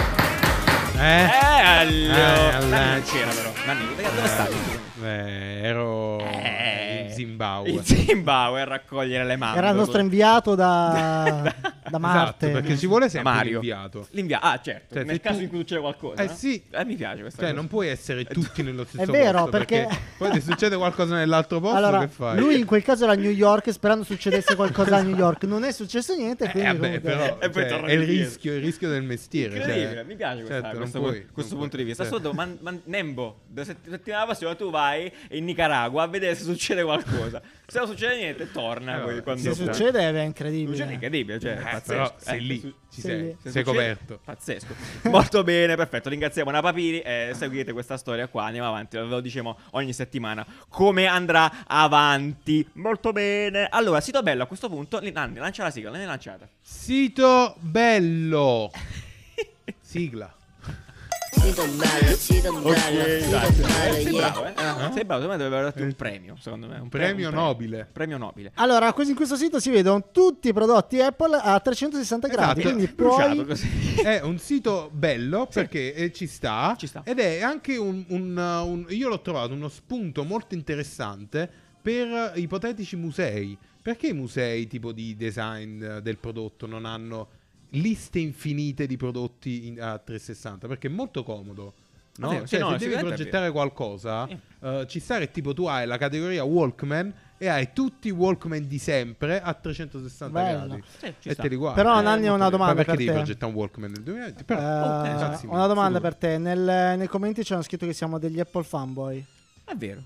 Eh? Eh, allora. Eh, Nanni allora. non c'era però. Nanni, dove stavi? Eh, ero Eh, in Zimbabwe. In Zimbabwe a raccogliere le mani. Era il nostro inviato da, da Marte. Esatto, perché ci vuole sempre Mario. l'inviato. L'invia- ah, certo. Cioè, nel se caso tu- in cui succede qualcosa. Eh no? sì. Eh, mi piace questa Cioè, cosa. non puoi essere tutti nello stesso È vero, posto, perché- poi ti succede qualcosa nell'altro posto, Allora, che fai? lui in quel caso era a New York sperando succedesse qualcosa a New York. Non è successo niente, Eh, quindi vabbè, comunque- però E poi cioè, torna è il indietro. rischio, il rischio del mestiere. Incredibile, cioè, mi piace questa, certo, questo, non puoi, questo non punto puoi. di vista. Certo. Assolutamente, man, man- Nembo, la sett- settimana prossima tu vai in Nicaragua a vedere se succede qualcosa. Se non succede niente, torna. Eh, poi vabbè. quando Se succede è incredibile. Succede incredibile, cioè, Eh, pazzesco. però sei Eh, lì, su- ci sei sei, lì. se sei succede- coperto. Pazzesco. Molto bene, perfetto. Ringraziamo Napapiri e seguite questa storia qua. Andiamo avanti, ve lo diciamo ogni settimana come andrà avanti. Molto bene. Allora, sito bello a questo punto. Nanni, lancia la sigla, l'hai lanciata. Sito bello. Sigla. Sito bello, sito bello, sito bello, Sei yeah. bravo, eh? Ah. Sei bravo, secondo me dovrebbero darti un premio, secondo me. Un Premio un nobile. Premio nobile. Allora, così in questo sito si vedono tutti i prodotti Apple a trecentosessanta gradi, Esatto. quindi Bruciato puoi... così. È un sito bello perché eh, ci sta, Ci sta. ed è anche un, un, uh, un- io l'ho trovato uno spunto molto interessante per ipotetici musei. Perché i musei tipo di design eh, del prodotto non hanno liste infinite di prodotti in- a trecentosessanta? Perché è molto comodo. No? Ah, sì, Cioè, no, se devi sicuramente è progettare qualcosa, Sì. eh, ci sta che tipo tu hai la categoria Walkman e hai tutti i Walkman di sempre a trecentosessanta Bello. gradi Sì, ci e sta. te li guardi. Però Eh, Nanni ho una molto Ma domanda perché per devi te. progettare un Walkman nel duemilaventi? Però, Eh, Oh, cazzi ho miei, una domanda sicuro. per te. Nel- nei commenti c'hanno scritto che siamo degli Apple fanboy. È vero.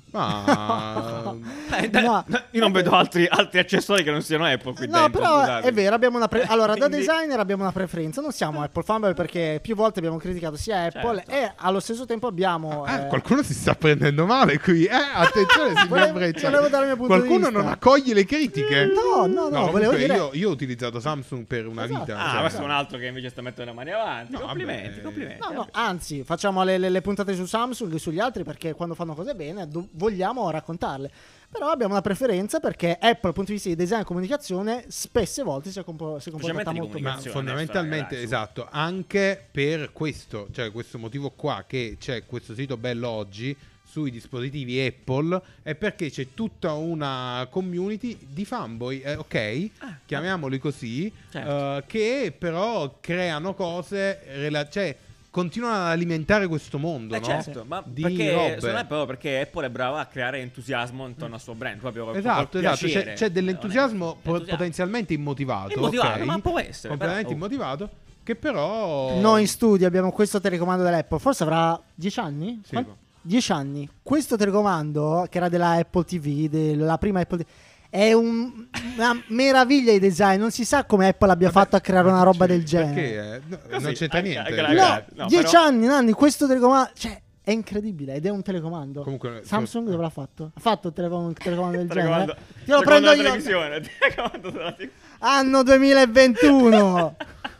Ma Eh, dai, No. io non vedo altri, altri accessori che non siano Apple qui No, dentro, però scusate. è vero, abbiamo una pre- allora da Quindi- designer abbiamo una preferenza, non siamo Apple fanboy perché più volte abbiamo criticato sia Apple Certo. e allo stesso tempo abbiamo Ah, eh, qualcuno si sta prendendo male qui. Eh, attenzione, signor Volevo- Breccia. volevo dare il mio punto di Qualcuno vista. non accoglie le critiche. No, no, no, comunque volevo dire- io, io ho utilizzato Samsung per una Esatto. vita. Ah, cioè, questo è un altro che invece sta mettendo le mani avanti. No, complimenti, vabbè. complimenti. No, no, anzi, facciamo le, le- le puntate su Samsung e sugli altri perché quando fanno cose bene do- vogliamo raccontarle. Però abbiamo una preferenza perché Apple, dal punto di vista di design e comunicazione, spesse volte si è, compo- si è comportata Specialmente di molto bene. Ma Adesso, fondamentalmente, ragazzi. esatto, anche per questo, cioè questo motivo qua che c'è questo sito bello oggi sui dispositivi Apple è perché c'è tutta una community di fanboy, eh, ok? Ah, Chiamiamoli così, Certo. eh, che però creano cose, rela- cioè continuano ad alimentare questo mondo, Eh no? certo, ma Di perché robe. secondo me proprio perché Apple è brava a creare entusiasmo intorno al suo brand, proprio col- Esatto, col esatto, c'è, piacere. c'è dell'entusiasmo Onesto, po- entusiasmo. potenzialmente immotivato, Immotivato, ok? ma può essere, completamente però- oh. immotivato, che però Noi in studio abbiamo questo telecomando dell'Apple, forse avrà dieci anni? Sì. Quant- dieci anni. Questo telecomando, che era della Apple T V, della prima Apple T V, è un- una meraviglia di design. Non si sa come Apple abbia fatto a creare una roba del genere. Perché eh, no, Così, non c'entra anche- niente. anche la- No, ragazzi, no, dieci però- anni, Nanni, questo telecomando, cioè, è incredibile ed è un telecomando. Comunque, Samsung so- dove l'ha fatto? Ha fatto un telecomando, un telecomando del Telecomando- genere? Te lo telecomando prendo della io. televisione, telecomando della tivù. Anno duemilaventuno.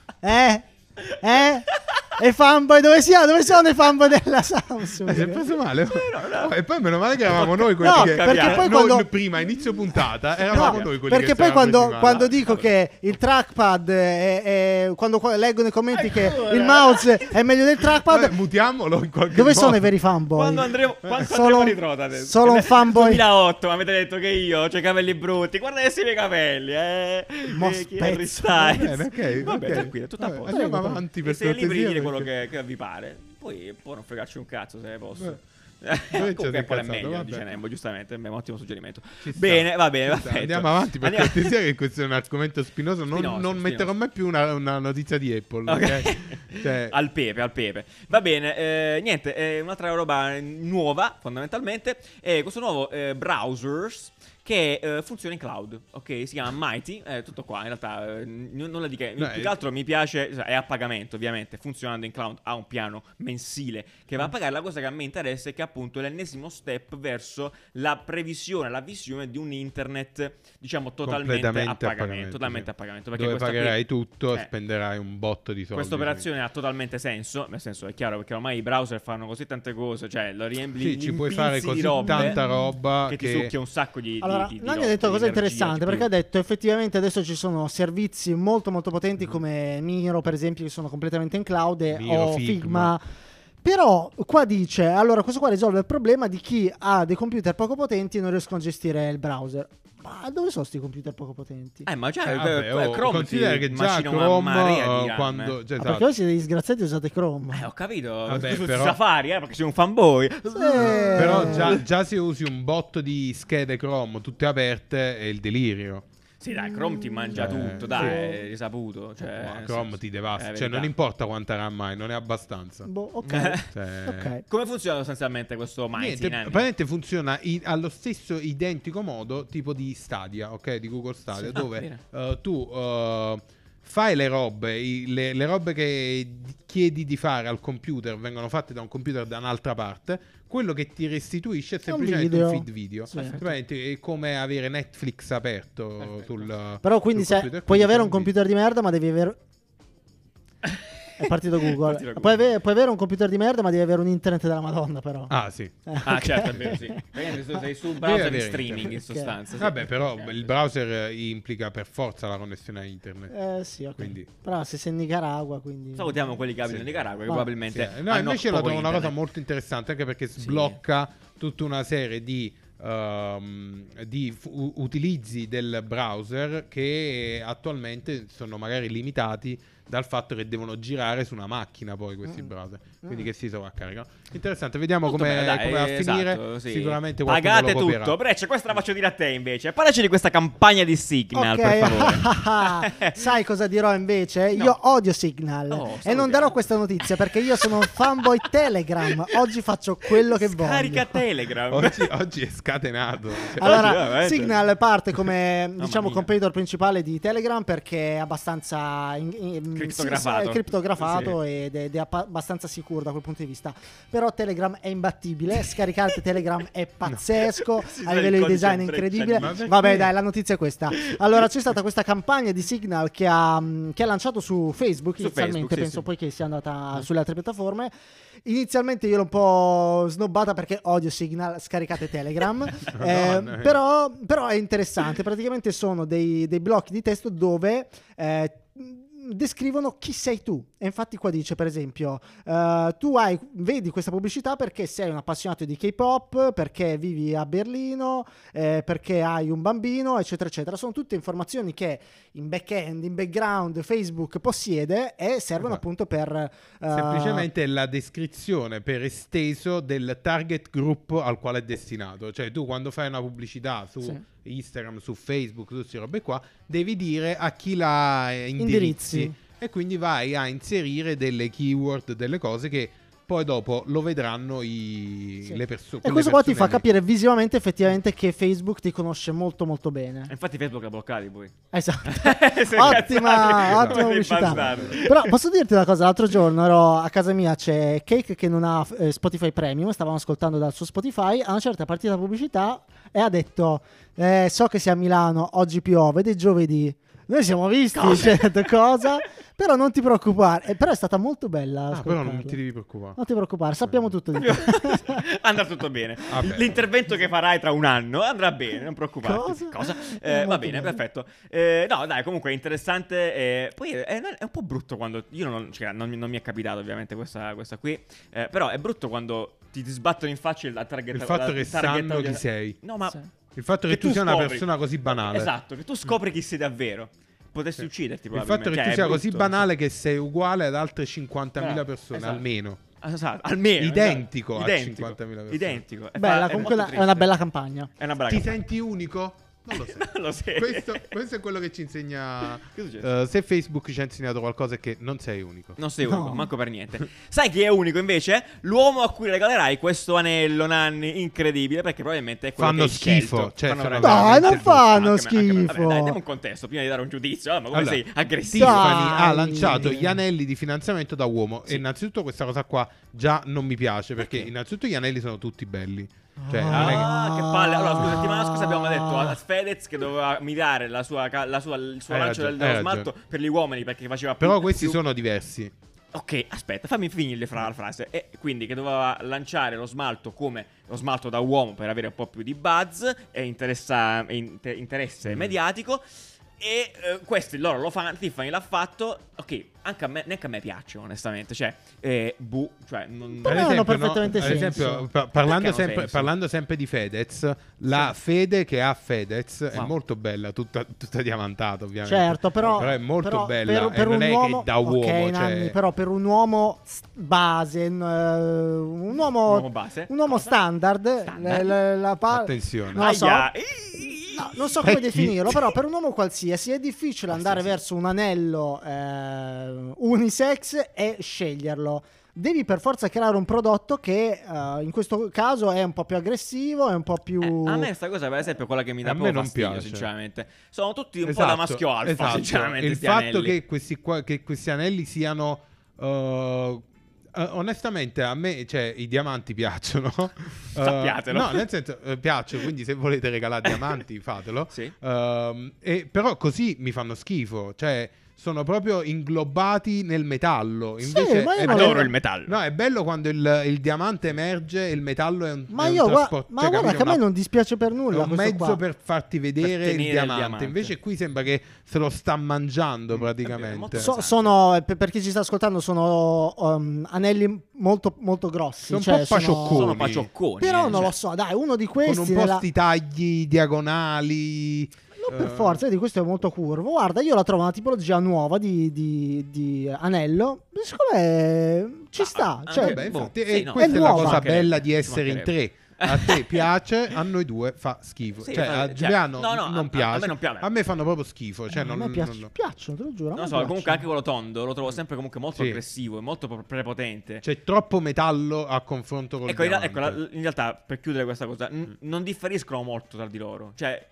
eh? Eh? E fanboy dove siamo? Dove sono i fanboy della Samsung? Ma si è preso male? no. Oh, e poi meno male che eravamo noi quelli No, che perché poi noi quando- prima a inizio puntata eravamo No, noi quelli perché che poi si quando, erano presi quando male. dico che il trackpad è, è- quando qua- leggo nei commenti che il mouse è meglio del trackpad, Vabbè, mutiamolo in qualche dove modo. sono i veri fanboy? Quando andremo, quando Solo- andremo a ritrosa adesso? solo un fanboy. duemilaotto, mi avete detto che io ho i capelli brutti. Guarda adesso i miei capelli, eh. Mo Eh, chi è spezzo. Harry Styles. Va bene, ok, Vabbè, ok. tranquillo, tutto a Vabbè, posto. andiamo Prego, avanti per E siete liberi di cortesia, dire quello perché- che, che vi pare. Poi può non fregarci un cazzo se posso. Dove c'è Comunque Apple è incazzato? meglio, Vabbè. dice Nembo, giustamente, è un ottimo suggerimento. Ci sta, Bene, va bene, ci va sta. bene. Andiamo avanti per Andiamo- cortesia che questo è un argomento spinoso. Non, Spinoso, non spinoso. metterò mai più una, una notizia di Apple. Ok. ok? Cioè, Al pepe, al pepe. Va bene, eh, niente, eh, un'altra roba nuova, fondamentalmente, è questo nuovo eh, browsers che eh, funziona in cloud, ok? Si chiama Mighty, è tutto qua, in realtà eh, n- nulla di che. No, Più è- che altro mi piace, è a pagamento ovviamente, funzionando in cloud, ha un piano mensile che va a pagare. La cosa che a me interessa è che appunto è l'ennesimo step verso la previsione, la visione di un internet, diciamo, totalmente a completamente pagamento. Totalmente sì. a pagamento. Perché dove questa qui- pagherai tutto eh. e spenderai un botto di soldi. Questa operazione ha totalmente senso, nel senso è chiaro perché ormai i browser fanno così tante cose, cioè lo riempi Sì, ci puoi impinzi fare di così robe tanta roba che, che, ti succhia un sacco di, Allora, di, di, di Nanni ha robe, detto una di cosa energia, interessante di perché ha più. detto effettivamente adesso ci sono servizi molto molto potenti come Miro per esempio che sono completamente in cloud e- Miro, o Figma. Figma. Però qua dice, allora questo qua risolve il problema di chi ha dei computer poco potenti e non riescono a gestire il browser. Ma dove sono sti computer poco potenti? Eh, ma già Eh, eh, vabbè, eh, oh, Chrome considera ti che già macina una Chrome marea di eh, RAM, quando eh. cioè, Ah, esatto. perché voi siete disgraziati e usate Chrome. Eh, ho capito, Vabbè, su, su però- Safari, eh, perché sei un fanboy. Però già, già se usi un botto di schede Chrome tutte aperte è il delirio. Sì, dai, Chrome ti mangia Eh, tutto, dai, sì. è risaputo, cioè, Ma nel Chrome senso, ti è devasta. Cioè, verità. non importa quanta RAM hai, non è abbastanza. Boh, ok. Cioè, Ok. Come funziona sostanzialmente questo Mighty? Niente, Nanni? praticamente funziona in- allo stesso identico modo tipo di Stadia, ok? Di Google Stadia, Sì. Ah, dove bene. eh, tu eh, fai le robe, i- le, le robe che di- chiedi di fare al computer vengono fatte da un computer da un'altra parte. Quello che ti restituisce è È un semplicemente video. un feed video. Sì. Praticamente è come avere Netflix aperto Perfetto. sul Però quindi sul se computer, puoi quindi avere c'è un computer di merda ma devi avere... È partito Google. Partito Google. Puoi, ave- puoi avere un computer di merda ma devi avere un internet della Madonna però. Ah, sì. Eh, Ah, ok. certo, è vero, sì. Praticamente tu sei sul Devi browser di avere streaming, in internet. sostanza. sì. Vabbè, però Certo. il browser implica per forza la connessione a internet. Eh sì, ok. Quindi- Però se sei in Nicaragua quindi... Salutiamo quelli che abitano Sì. in Nicaragua, che Ma- probabilmente Sì, no, hanno invece la poco trovo una cosa internet. molto interessante anche perché sblocca tutta una serie di, ehm, di fu- utilizzi del browser che attualmente sono magari limitati dal fatto che devono girare su una macchina poi questi Mm. browser, quindi Mm. che si sovraccaricano. Interessante, vediamo Molto come, bene, dai, come va a finire. esatto, sì. Sicuramente qualcuno Pagate lo copierà. tutto. Breccia, questa la faccio dire a te invece. Parlaci di questa campagna di Signal, Ok, per favore. sai cosa dirò invece? No. Io odio Signal Oh, e non salutiamo. darò questa notizia perché io sono un fanboy Telegram. Oggi faccio quello che voglio. Scarica Telegram. Oggi, oggi è scatenato. Cioè, Allora, Oggi, veramente. Signal parte come diciamo mia. competitor principale di Telegram perché è abbastanza in- in- Criptografato. sì, è criptografato Sì. ed è, ed è appa- abbastanza sicuro da quel punto di vista. Però Telegram è imbattibile. Scaricare Telegram è pazzesco Si a sa il livello di codice design a incredibile. Ma perché? Vabbè, dai, la notizia è questa. Allora, c'è stata questa campagna di Signal che ha, mh, che ha lanciato su Facebook Su inizialmente. Facebook, sì, penso sì. poi che sia andata sulle altre piattaforme. Inizialmente io l'ho un po' snobbata perché odio Signal, scaricate Telegram. Eh, no. però, però è interessante. Praticamente sono dei, dei blocchi di testo dove eh, descrivono chi sei tu. E infatti qua dice, per esempio, eh, tu hai, vedi questa pubblicità perché sei un appassionato di K-pop, perché vivi a Berlino, eh, perché hai un bambino, eccetera, eccetera. Sono tutte informazioni che in back-end, in background, Facebook possiede e servono Esatto. appunto per... eh, semplicemente la descrizione per esteso del target group al quale è destinato. Cioè tu quando fai una pubblicità su Sì. Instagram, su Facebook, tutte queste robe qua, devi dire a chi la eh, indirizzi. Indirizzi. E quindi vai a inserire delle keyword, delle cose che poi dopo lo vedranno i, Sì. le perso- E quelle questo qua ti persone fa lì. capire visivamente effettivamente che Facebook ti conosce molto molto bene. Infatti Facebook l'ha bloccati poi. Esatto. Sei ottima, incazzato. ottima Sei pubblicità. bastardo. Però posso dirti una cosa, l'altro giorno ero a casa mia, c'è Cake che non ha eh, Spotify Premium, stavamo ascoltando dal suo Spotify, a una certa partita pubblicità e ha detto eh, so che sei a Milano, oggi piove ed è giovedì. Noi siamo visti, cioè, ho detto, cosa? Però non ti preoccupare. Eh, però è stata molto bella. Ah, però non ascoltarla. ti devi preoccupare. Non ti preoccupare, sappiamo tutto di te. Andrà tutto bene. Vabbè. L'intervento che farai tra un anno andrà bene, non preoccuparti. Cosa? Eh, Eh, va molto bene, bello. perfetto. Eh, no, dai, comunque è interessante. eh, poi è, è un po' brutto quando. Io non, cioè, non, mi- non mi è capitato, ovviamente, questa, questa qui. eh, però è brutto quando ti, ti sbattono in faccia il target. Il fatto la- che il target sanno audio- chi sei. No, ma. Sì. Il fatto che, che tu, tu sia una scopri- persona così banale. Esatto, che tu scopri chi sei davvero. Potresti ucciderti, Il fatto probabilmente. che Cioè, tu è sia brutto, così banale che sei uguale ad altre cinquantamila Bravo, persone, esatto. almeno. sì. Esatto, almeno. Identico esatto. a Identico, cinquantamila persone. Identico. È Bella, fa- è comunque molto una- è triste. una bella campagna. È una bella Ti campagna. senti unico? Non lo so. Non lo sei. questo, questo è quello che ci insegna. Che è successo? eh, se Facebook ci ha insegnato qualcosa è che non sei unico. Non sei unico, No. manco per niente. Sai chi è unico invece? L'uomo a cui regalerai questo anello, Nanni, incredibile, perché probabilmente è quello Fanno che hai schifo, scelto. cioè, Fanno sono veramente Dai, veramente non brutto. fanno Anche me- anche me- schifo. Vabbè, dai, diamo un contesto prima di dare un giudizio. Ah, ma come Allora, sei aggressivo? Tiffany Dai. ha lanciato gli anelli di finanziamento da uomo. Sì. E innanzitutto questa cosa qua già non mi piace. Perché Perché? innanzitutto gli anelli sono tutti belli. Cioè, Ah. non è che- Ah, che palle. Allora, scusa, settimana scorsa abbiamo detto a Fedez che doveva mirare la sua, ca- la sua- il suo Hai lancio ragione, del, dello hai smalto ragione. per gli uomini perché faceva più. Però questi più- sono diversi. Ok, aspetta, fammi finire fra la frase. E quindi che doveva lanciare lo smalto come lo smalto da uomo per avere un po' più di buzz e interessa- e inter- interesse Mm. mediatico. E eh, questi loro lo fanno, Tiffany l'ha fatto. Ok, anche a me, neanche a me piace, onestamente. Cioè, eh, bu, cioè, non. Però Ad hanno esempio, perfettamente ad senso. esempio, pa- parlando, Perché hanno sempre, senso? parlando sempre di Fedez, la fede che ha Fedez è Wow. molto bella, tutta, tutta diamantata ovviamente. Certo, però, è molto però bella per, per e non un è uomo, che da uomo, ok, cioè- Nanni, però per un uomo s- base, n- eh, un uomo, Un uomo base? un uomo Cosa? standard, Standard? la, la- la pa- Attenzione. non lo so. Aia. No, non so come Specchi. definirlo, però per un uomo qualsiasi è difficile andare verso un anello eh, unisex e sceglierlo. Devi per forza creare un prodotto che eh, in questo caso è un po' più aggressivo, è un po' più... Eh, a me sta cosa per esempio è quella che mi dà A me proprio non fastidio, piace. sinceramente. Sono tutti un po' Esatto, da maschio alfa, esatto. sinceramente. Il sti fatto anelli. che questi, qua, che questi anelli siano uh, Uh, onestamente a me, cioè, i diamanti piacciono. Uh, Sappiatelo. no, nel senso, uh, piacciono, quindi se volete regalare diamanti fatelo. Sì. Um, e, però così mi fanno schifo, cioè sono proprio inglobati nel metallo. Sì, Invece ma io è non bello- Adoro il metallo. No, è bello quando il, il diamante emerge e il metallo è un, Ma è un io gua- trasporto- ma cioè, guarda capito? che a me Una- non dispiace per è nulla un questo mezzo qua. per farti vedere Per il tenere il diamante. diamante. Invece qui sembra che se lo sta mangiando Mm, praticamente. è molto So- sono, eh, per, per chi ci sta ascoltando, sono um, anelli molto, molto grossi. Sono un cioè, po' sono- paciocconi. Sono paciocconi. Però eh, non cioè. lo so, dai, uno di con questi un po' nella- sti tagli diagonali. non per forza, vedi, questo è molto curvo. Guarda, io la trovo una tipologia nuova di, di, di anello. Secondo me ci Ah, sta. ah, Cioè, Vabbè, infatti, sì, e no, questa è è la nuova. cosa Ci mancherebbe, bella di ci essere in mancherebbe. tre. A te piace, a noi due fa schifo. Sì, cioè, fa- a cioè, Giuliano no, no, a- non a- piace. a me non piace. A me fanno proprio schifo. Cioè, a non, me piac- non- piacciono, te lo giuro. a Non me so, comunque piacciono. anche quello tondo lo trovo sempre comunque molto Sì. aggressivo e molto pro- prepotente. C'è troppo metallo a confronto con Ecco, in, il ra- ecco, la- diamante. in realtà, per chiudere questa cosa, n- non differiscono molto tra di loro. Cioè,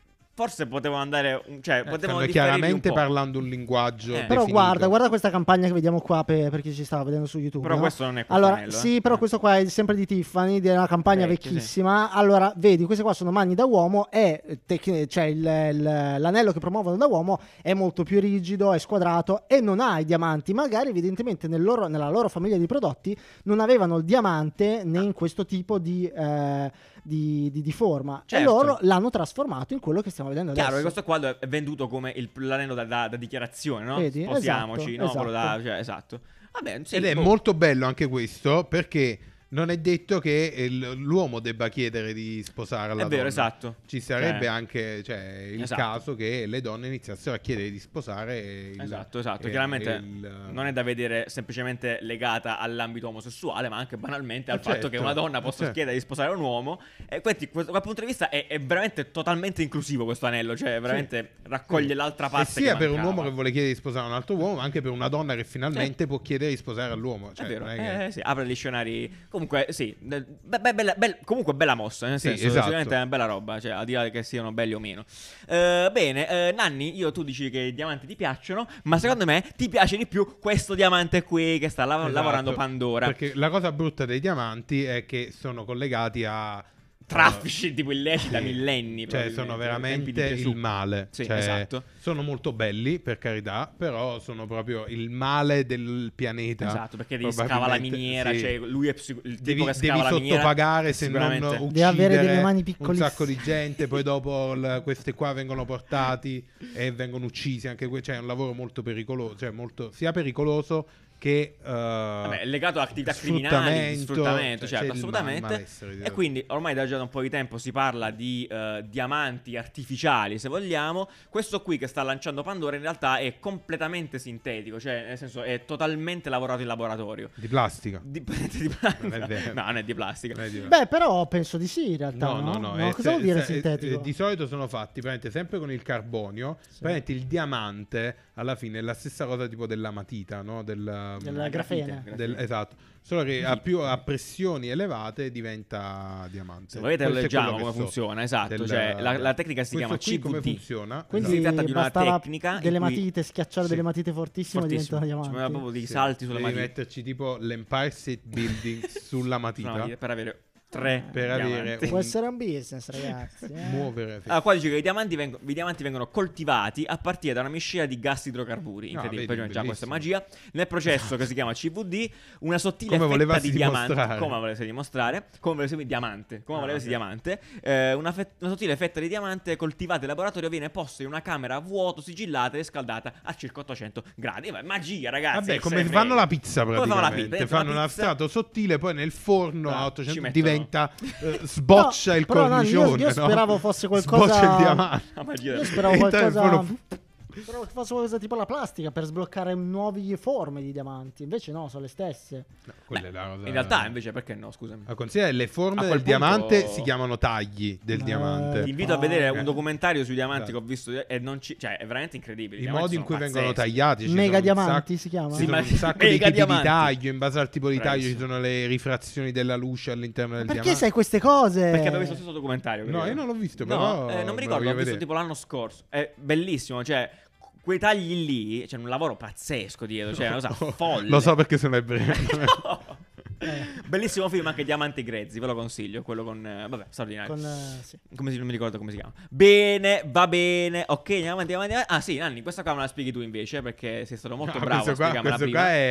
forse potevano andare. un- Cioè, Eh, potevano stanno differirli chiaramente un po'. parlando un linguaggio Eh. Però definito. guarda, guarda questa campagna che vediamo qua per, per chi ci stava vedendo su YouTube. Però no? questo non è questo Allora, anello, eh. sì, però Eh. questo qua è sempre di Tiffany, di una campagna Vecchio, vecchissima. Allora, vedi, queste qua sono mani da uomo e tec- cioè il- il- l'anello che promuovono da uomo è molto più rigido, è squadrato e non ha i diamanti. Magari evidentemente nel loro- nella loro famiglia di prodotti non avevano il diamante né in questo tipo di, eh, di, di- di forma. E Certo. loro l'hanno trasformato in quello che stiamo vedendo Chiaro che adesso. questo quadro è venduto come il- l'anello da, da- da dichiarazione, no? Vedi? Sposiamoci, Esatto, no? Quello da, esatto. cioè, esatto. Vabbè, sì, Ed è boh. molto bello anche questo perché non è detto che il- l'uomo debba chiedere di sposare la È vero, donna. esatto. Ci sarebbe Cioè, anche cioè, il Esatto. caso che le donne iniziassero a chiedere di sposare il, Esatto, esatto. eh, Chiaramente il- non è da vedere semplicemente legata all'ambito omosessuale, ma anche banalmente al Eh, fatto certo, che una donna possa certo. chiedere di sposare un uomo. E quindi, questo- da quel punto di vista, è, è veramente totalmente inclusivo questo anello. Cioè, veramente raccoglie l'altra E parte. sia che per un mancava. uomo che vuole chiedere di sposare un altro uomo, ma anche per una donna che finalmente può chiedere di sposare all'uomo. Cioè, è vero, non è che- eh, sì, apre gli scenari. Comunque, sì, be- be- bella- bella- comunque bella mossa. Nel Sì, senso, esatto. sicuramente è una bella roba. Cioè, al di là che siano belli o meno. Eh, bene, eh, Nanni, io tu dici che i diamanti ti piacciono, ma secondo me ti piace di più questo diamante qui che sta lav- Esatto, lavorando Pandora. Perché la cosa brutta dei diamanti è che sono collegati a Traffici tipo illeciti da Sì. millenni. Cioè, probabilmente, sono ai tempi veramente di Gesù. il male. Sì, Cioè, esatto. Sono molto belli, per carità, però sono proprio il male del pianeta. Esatto, perché devi scava la Probabilmente, miniera, sì. cioè lui è psico- il tipo Devi, che scava devi la miniera. sottopagare se non sicuramente. uccidere Deve avere delle mani un piccolissime. sacco di gente, poi dopo l- queste qua vengono portati e vengono uccisi. Anche que- cioè, è un lavoro molto pericoloso, cioè molto sia pericoloso che uh, Vabbè, è legato a attività criminali, sfruttamento, sfruttamento, cioè, certo, c'è il assolutamente. ma- malessere di- E quindi ormai da già da un po' di tempo si parla di eh, diamanti artificiali, se vogliamo. Questo qui che sta lanciando Pandora in realtà è completamente sintetico, cioè nel senso è totalmente lavorato in laboratorio. di plastica. Di, di Non è vero. No, non è di plastica. Non è di- Beh, però penso di sì, in realtà. No, no, no. è cosa se- vuol dire se- sintetico? eh, di solito sono fatti praticamente sempre con il carbonio. Praticamente il diamante alla fine è la stessa cosa tipo della matita, no? Del, Della grafene. del- esatto. Solo che a, più, a pressioni elevate diventa diamante. Se volete lo Questo è leggiamo quello come che so. funziona, esatto. Del- Cioè, la, la tecnica si questo chiama qui C V D. come funziona? Quindi Si tratta di una bastava tecnica delle in cui- matite, schiacciare Sì. delle matite fortissime e Fortissimo. diventano Ci voleva diamanti. proprio dei Sì. salti sulle Devi matite. metterci tipo l'Empire State Building sulla matita. Sulle matite per avere tre Per avere diamanti. Può essere un business, ragazzi. eh. Muovere. Allora, qua dice che i diamanti, vengo- i diamanti vengono coltivati a partire da una miscela di gas idrocarburi. No, Incredibile, vedi, poi già questa è bellissimo. magia. Nel processo che si chiama C V D, una sottile Come fetta volevasi di diamante. dimostrare. Come volevasi dimostrare? Come volevasi diamante. Come Ah, volevasi ok. diamante. Eh, una, fe- una sottile fetta di diamante coltivata in laboratorio viene posta in una camera a vuoto, sigillata e scaldata a circa ottocento gradi. Ma magia, ragazzi. Vabbè, che come sei fanno belli. la pizza Come fanno la praticamente. pizza? Fanno La un pizza- strato sottile, poi nel forno Bravo, a ci ottocento mettono- diventa eh, sboccia No, il però, Nanni, io- cornicione. io no? speravo fosse qualcosa- Sboccia il diamante. La magia Io del- speravo Entra nel qualcosa. forno. Speravo che fosse qualcosa tipo la plastica per sbloccare nuove forme di diamanti. Invece no, sono le stesse. No, quella è la cosa- In realtà, invece, perché no? Scusami. Ma considera le A forme quel del punto- diamante si chiamano tagli del Eh, diamante. Ti invito a vedere Ok. un documentario sui diamanti Esatto. che ho visto e non ci, cioè è veramente incredibile. I diamanti modi in sono cui vengono pazzeschi. tagliati ci Mega sono un diamanti sacco- si chiama. ci Sì, sono ma- un sacco di mega tipi di diamanti. taglio. In base al tipo di taglio ci Bravissimo. sono le rifrazioni della luce all'interno del Perché diamante. sai queste cose? Perché avevo visto lo stesso documentario. No, credo. io non l'ho visto, No, però eh, non mi me lo ricordo, voglio l'ho visto vedere. tipo l'anno scorso. È bellissimo, cioè quei tagli lì, c'è un lavoro pazzesco dietro, cioè una cosa folle. Lo so perché sono ebreo. No. Bellissimo film anche Diamanti Grezzi, ve lo consiglio, quello con eh, vabbè, straordinario. Con, eh, sì. Come si, non mi ricordo come si chiama. Bene, va bene. Ok, andiamo avanti, andiamo avanti. Ah, sì, Nanni, questa qua me la spieghi tu invece, perché sei stato molto No, bravo a questo qua, spiegarmela questo prima. qua è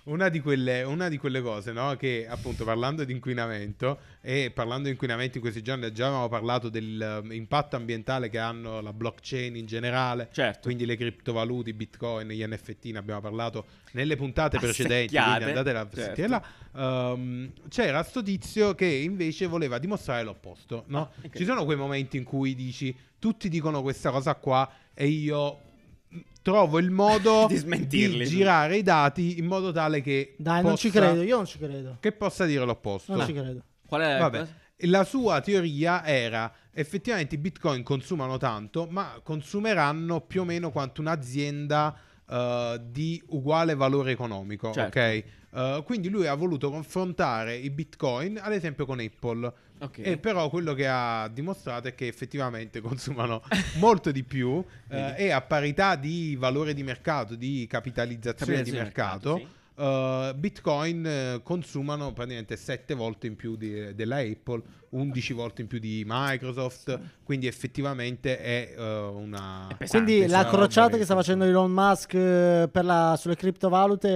una di quelle, una di quelle cose, no? Che appunto parlando di inquinamento e parlando di inquinamento in questi giorni già avevamo parlato dell'impatto ambientale che hanno la blockchain in generale, Certo. quindi le criptovalute, i bitcoin, gli N F T, ne abbiamo parlato nelle puntate precedenti, Assecchiate, quindi andate a certo. sentire là. Um, c'era sto tizio che invece voleva dimostrare l'opposto, no? Ah, ok. Ci sono quei momenti in cui dici tutti dicono questa cosa qua e io trovo il modo Di smentirli. di girare i dati in modo tale che Dai, non ci possa- credo, io non ci credo. che possa dire l'opposto. Non ci credo. Qual è? Vabbè, la sua teoria era effettivamente i bitcoin consumano tanto, ma consumeranno più o meno quanto un'azienda eh, di uguale valore economico, Certo. ok? Eh, quindi lui ha voluto confrontare i bitcoin ad esempio con Apple. Ok. E però quello che ha dimostrato è che effettivamente consumano molto di più eh, e a parità di valore di mercato, di capitalizzazione di Capitalizzazione mercato, eh, Bitcoin eh, consumano praticamente sette volte in più di- della Apple, undici volte in più di Microsoft, quindi effettivamente è eh, una... È pesante, Quindi sì, la no, crociata vabbè, che sta sì. facendo Elon Musk eh, per la- sulle criptovalute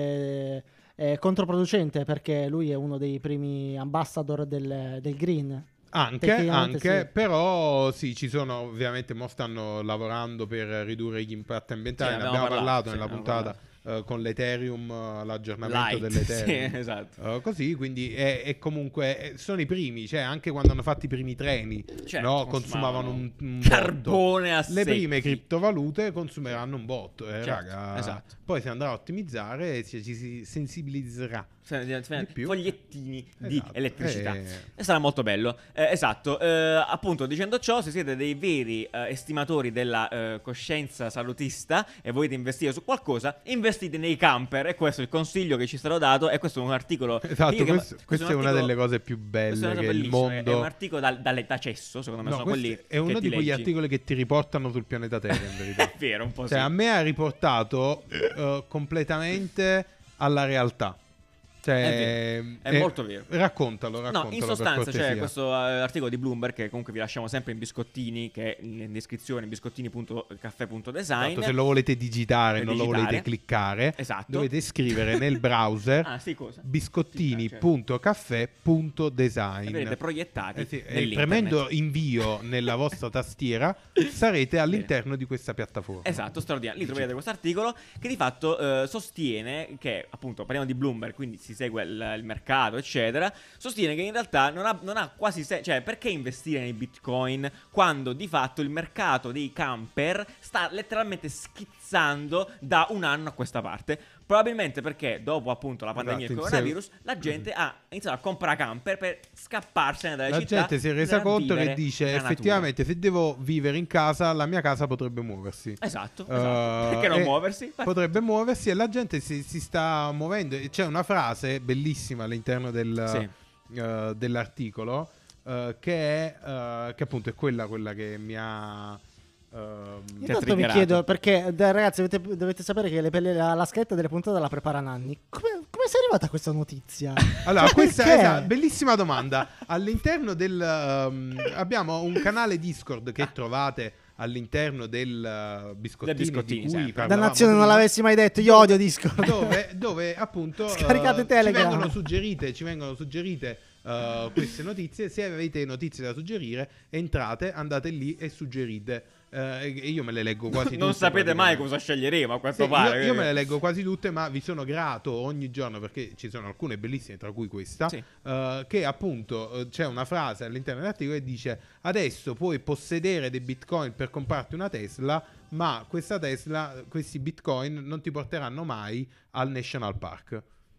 è, è controproducente, perché lui è uno dei primi ambassador del, del green. Anche, Tecnicamente anche sì. però sì, ci sono ovviamente, mo stanno lavorando per ridurre gli impatti ambientali, Sì, ne abbiamo abbiamo parlato, parlato sì, nella abbiamo puntata eh, con l'Ethereum, eh, l'aggiornamento Light, dell'Ethereum. sì, esatto. Eh, così, quindi è, è comunque eh, sono i primi, cioè anche quando hanno fatto i primi treni, Certo, no, consumavano consumavano un, un botto. carbone a Le prime secchi. criptovalute consumeranno un botto, eh, Certo, raga. esatto. Poi si andrà a ottimizzare e ci, ci si sensibilizzerà. Cioè, di- Di più. fogliettini di Esatto. elettricità. Eh. E sarà molto bello. Eh, esatto. Eh, appunto, dicendo ciò, se siete dei veri eh, estimatori della eh, coscienza salutista e volete investire su qualcosa, investite nei camper. E questo è il consiglio che ci sarà dato. E questo è un articolo. che Esatto, io chiamo- questo, questo è un una articolo- delle cose più questo è belle una cosa che il bellissima, è- mondo... È un articolo da, da, da cesso, secondo me. No, sono quelli questo è uno che di ti quegli leggi. articoli che ti riportano sul pianeta Terra, in verità. È vero, un po' Cioè, sì. a me ha riportato eh, completamente alla realtà. Cioè, È vero, è eh, molto vero. Raccontalo, raccontalo. No, in per sostanza c'è cortesia. questo eh, articolo di Bloomberg che comunque vi lasciamo sempre in biscottini, che è in descrizione, biscottini punto caffè punto design. Esatto, se lo volete digitare, Per non lo digitare. volete cliccare, Esatto. dovete scrivere nel browser Ah, sì, cosa? biscottini Ah, certo. punto caffè punto E design. vedete proiettati Eh sì, e nell'internet. premendo invio nella vostra tastiera sarete all'interno di questa piattaforma. Esatto, straordinario. Lì troverete questo articolo che di fatto eh, sostiene che, appunto, parliamo di Bloomberg, quindi si segue il, il mercato, eccetera. Sostiene che in realtà non ha, non ha quasi senso. Cioè, perché investire nei bitcoin quando di fatto il mercato dei camper sta letteralmente schizzando da un anno a questa parte? Probabilmente perché dopo appunto la pandemia Esatto, del in coronavirus seguito- la gente ha iniziato a comprare camper per scapparsene dalle La città. gente si è resa per conto che vivere dice nella natura. effettivamente se devo vivere in casa la mia casa potrebbe muoversi. Esatto, Eh, esatto. Perché non e muoversi? Potrebbe muoversi e la gente si, si sta muovendo. E c'è una frase bellissima all'interno del, Sì. eh, dell'articolo eh, che è eh, che appunto è quella, quella che mi ha ehm, Ti ha Intanto mi triggerato. chiedo perché, dai, ragazzi, dovete, dovete sapere che le pelle- la, la scaletta delle puntate la prepara Nanni. Come, come sei arrivata a questa notizia? Allora, Cioè, questa perché? esatto, bellissima domanda. All'interno del um, abbiamo un canale Discord che trovate all'interno del uh, biscottini, Del biscottini, di cui sempre. parlavamo Dannazione, non prima, l'avessi mai detto. Io odio Discord. dove, dove appunto uh, Scaricate ci Telegram. vengono suggerite, ci vengono suggerite uh, queste notizie. Se avete notizie da suggerire, entrate, andate lì e suggerite. Uh, e io me le leggo quasi tutte. Non sapete mai praticamente. cosa sceglieremo, a quanto Sì, pare. io, io me le leggo quasi tutte, ma vi sono grato ogni giorno perché ci sono alcune bellissime, tra cui questa, Sì. eh, che appunto eh, c'è una frase all'interno dell'articolo che dice: adesso puoi possedere dei bitcoin per comprarti una Tesla, ma questa Tesla, questi bitcoin non ti porteranno mai al National Park.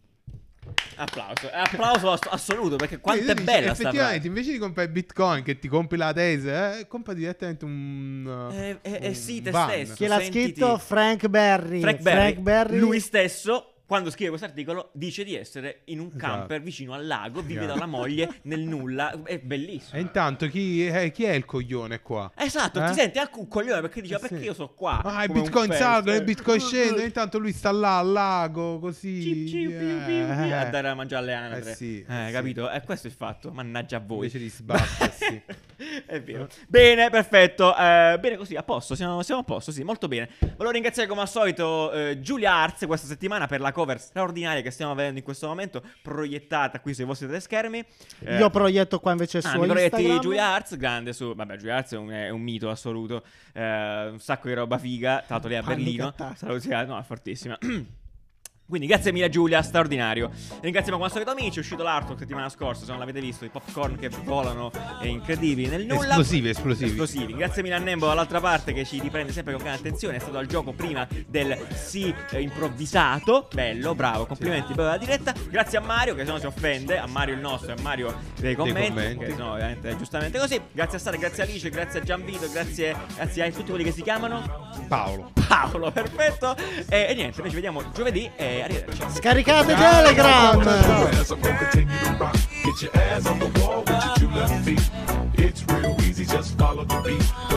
Applauso, applauso ass- assoluto, perché quanto Quindi è tu dici, bella sta effettivamente, frase. invece di comprare bitcoin che ti compri la Tesla, eh, compra direttamente un, Eh, eh, eh, un sì, te van. stesso. Chi l'ha Sentiti- scritto? Frank Berry. Frank Berry, Frank Berry. lui stesso, quando scrive questo articolo, dice di essere in un Esatto. camper vicino al lago, vive Esatto. dalla moglie nel nulla, è E bellissimo. intanto chi, eh, chi è il coglione qua? Esatto, Eh? ti senti anche un coglione perché dice: Eh, "Ma perché sì. io sono qua?" Ah, i come un bitcoin pezzo, salgono, eh. i bitcoin scendono. Intanto lui sta là al lago, così. Ciu, ciu, piu, piu, piu, eh. a dare a mangiare alle anatre. Eh sì, Eh, eh sì. capito? E questo è il fatto. Mannaggia a voi. Invece di sbattersi. È vero. Bene, perfetto. Eh, bene così, a posto. Siamo, siamo a posto, sì, molto bene. Volevo ringraziare come al solito eh, Giulia Arz questa settimana per la cover straordinaria che stiamo vedendo in questo momento, proiettata qui sui vostri tre schermi. Eh, Io proietto qua invece su Ah, mi proietti Instagram. Giulia Arts, grande su... Vabbè, Giulia Arts è un, è un mito assoluto. Eh, un sacco di roba figa. Tra l'altro lì a Panni Berlino. cattati. Salutiamo, no, è fortissima. Quindi grazie mille Giulia, straordinario. Ringraziamo come al solito amici, è uscito l'artwork settimana scorsa, se non l'avete visto, i popcorn che volano e incredibili nel nulla. Esplosivi, esplosivi. Esplosivi. Grazie mille a Nembo dall'altra parte che ci riprende sempre con grande attenzione, è stato al gioco prima del sì eh, improvvisato. Bello, bravo, complimenti per la diretta. Grazie a Mario che se no si offende, a Mario il nostro e a Mario dei commenti, commenti. che sono veramente è giustamente così. Grazie a Sara, grazie a Alice, grazie a Gianvito, grazie, grazie a tutti quelli che si chiamano Paolo. Paolo, perfetto. E, e niente, noi ci vediamo giovedì e arrivederci. Scaricate Telegram. As I'm gonna continue to rock. Get your ass on the wall with your two left feet. It's real easy, just follow the beat.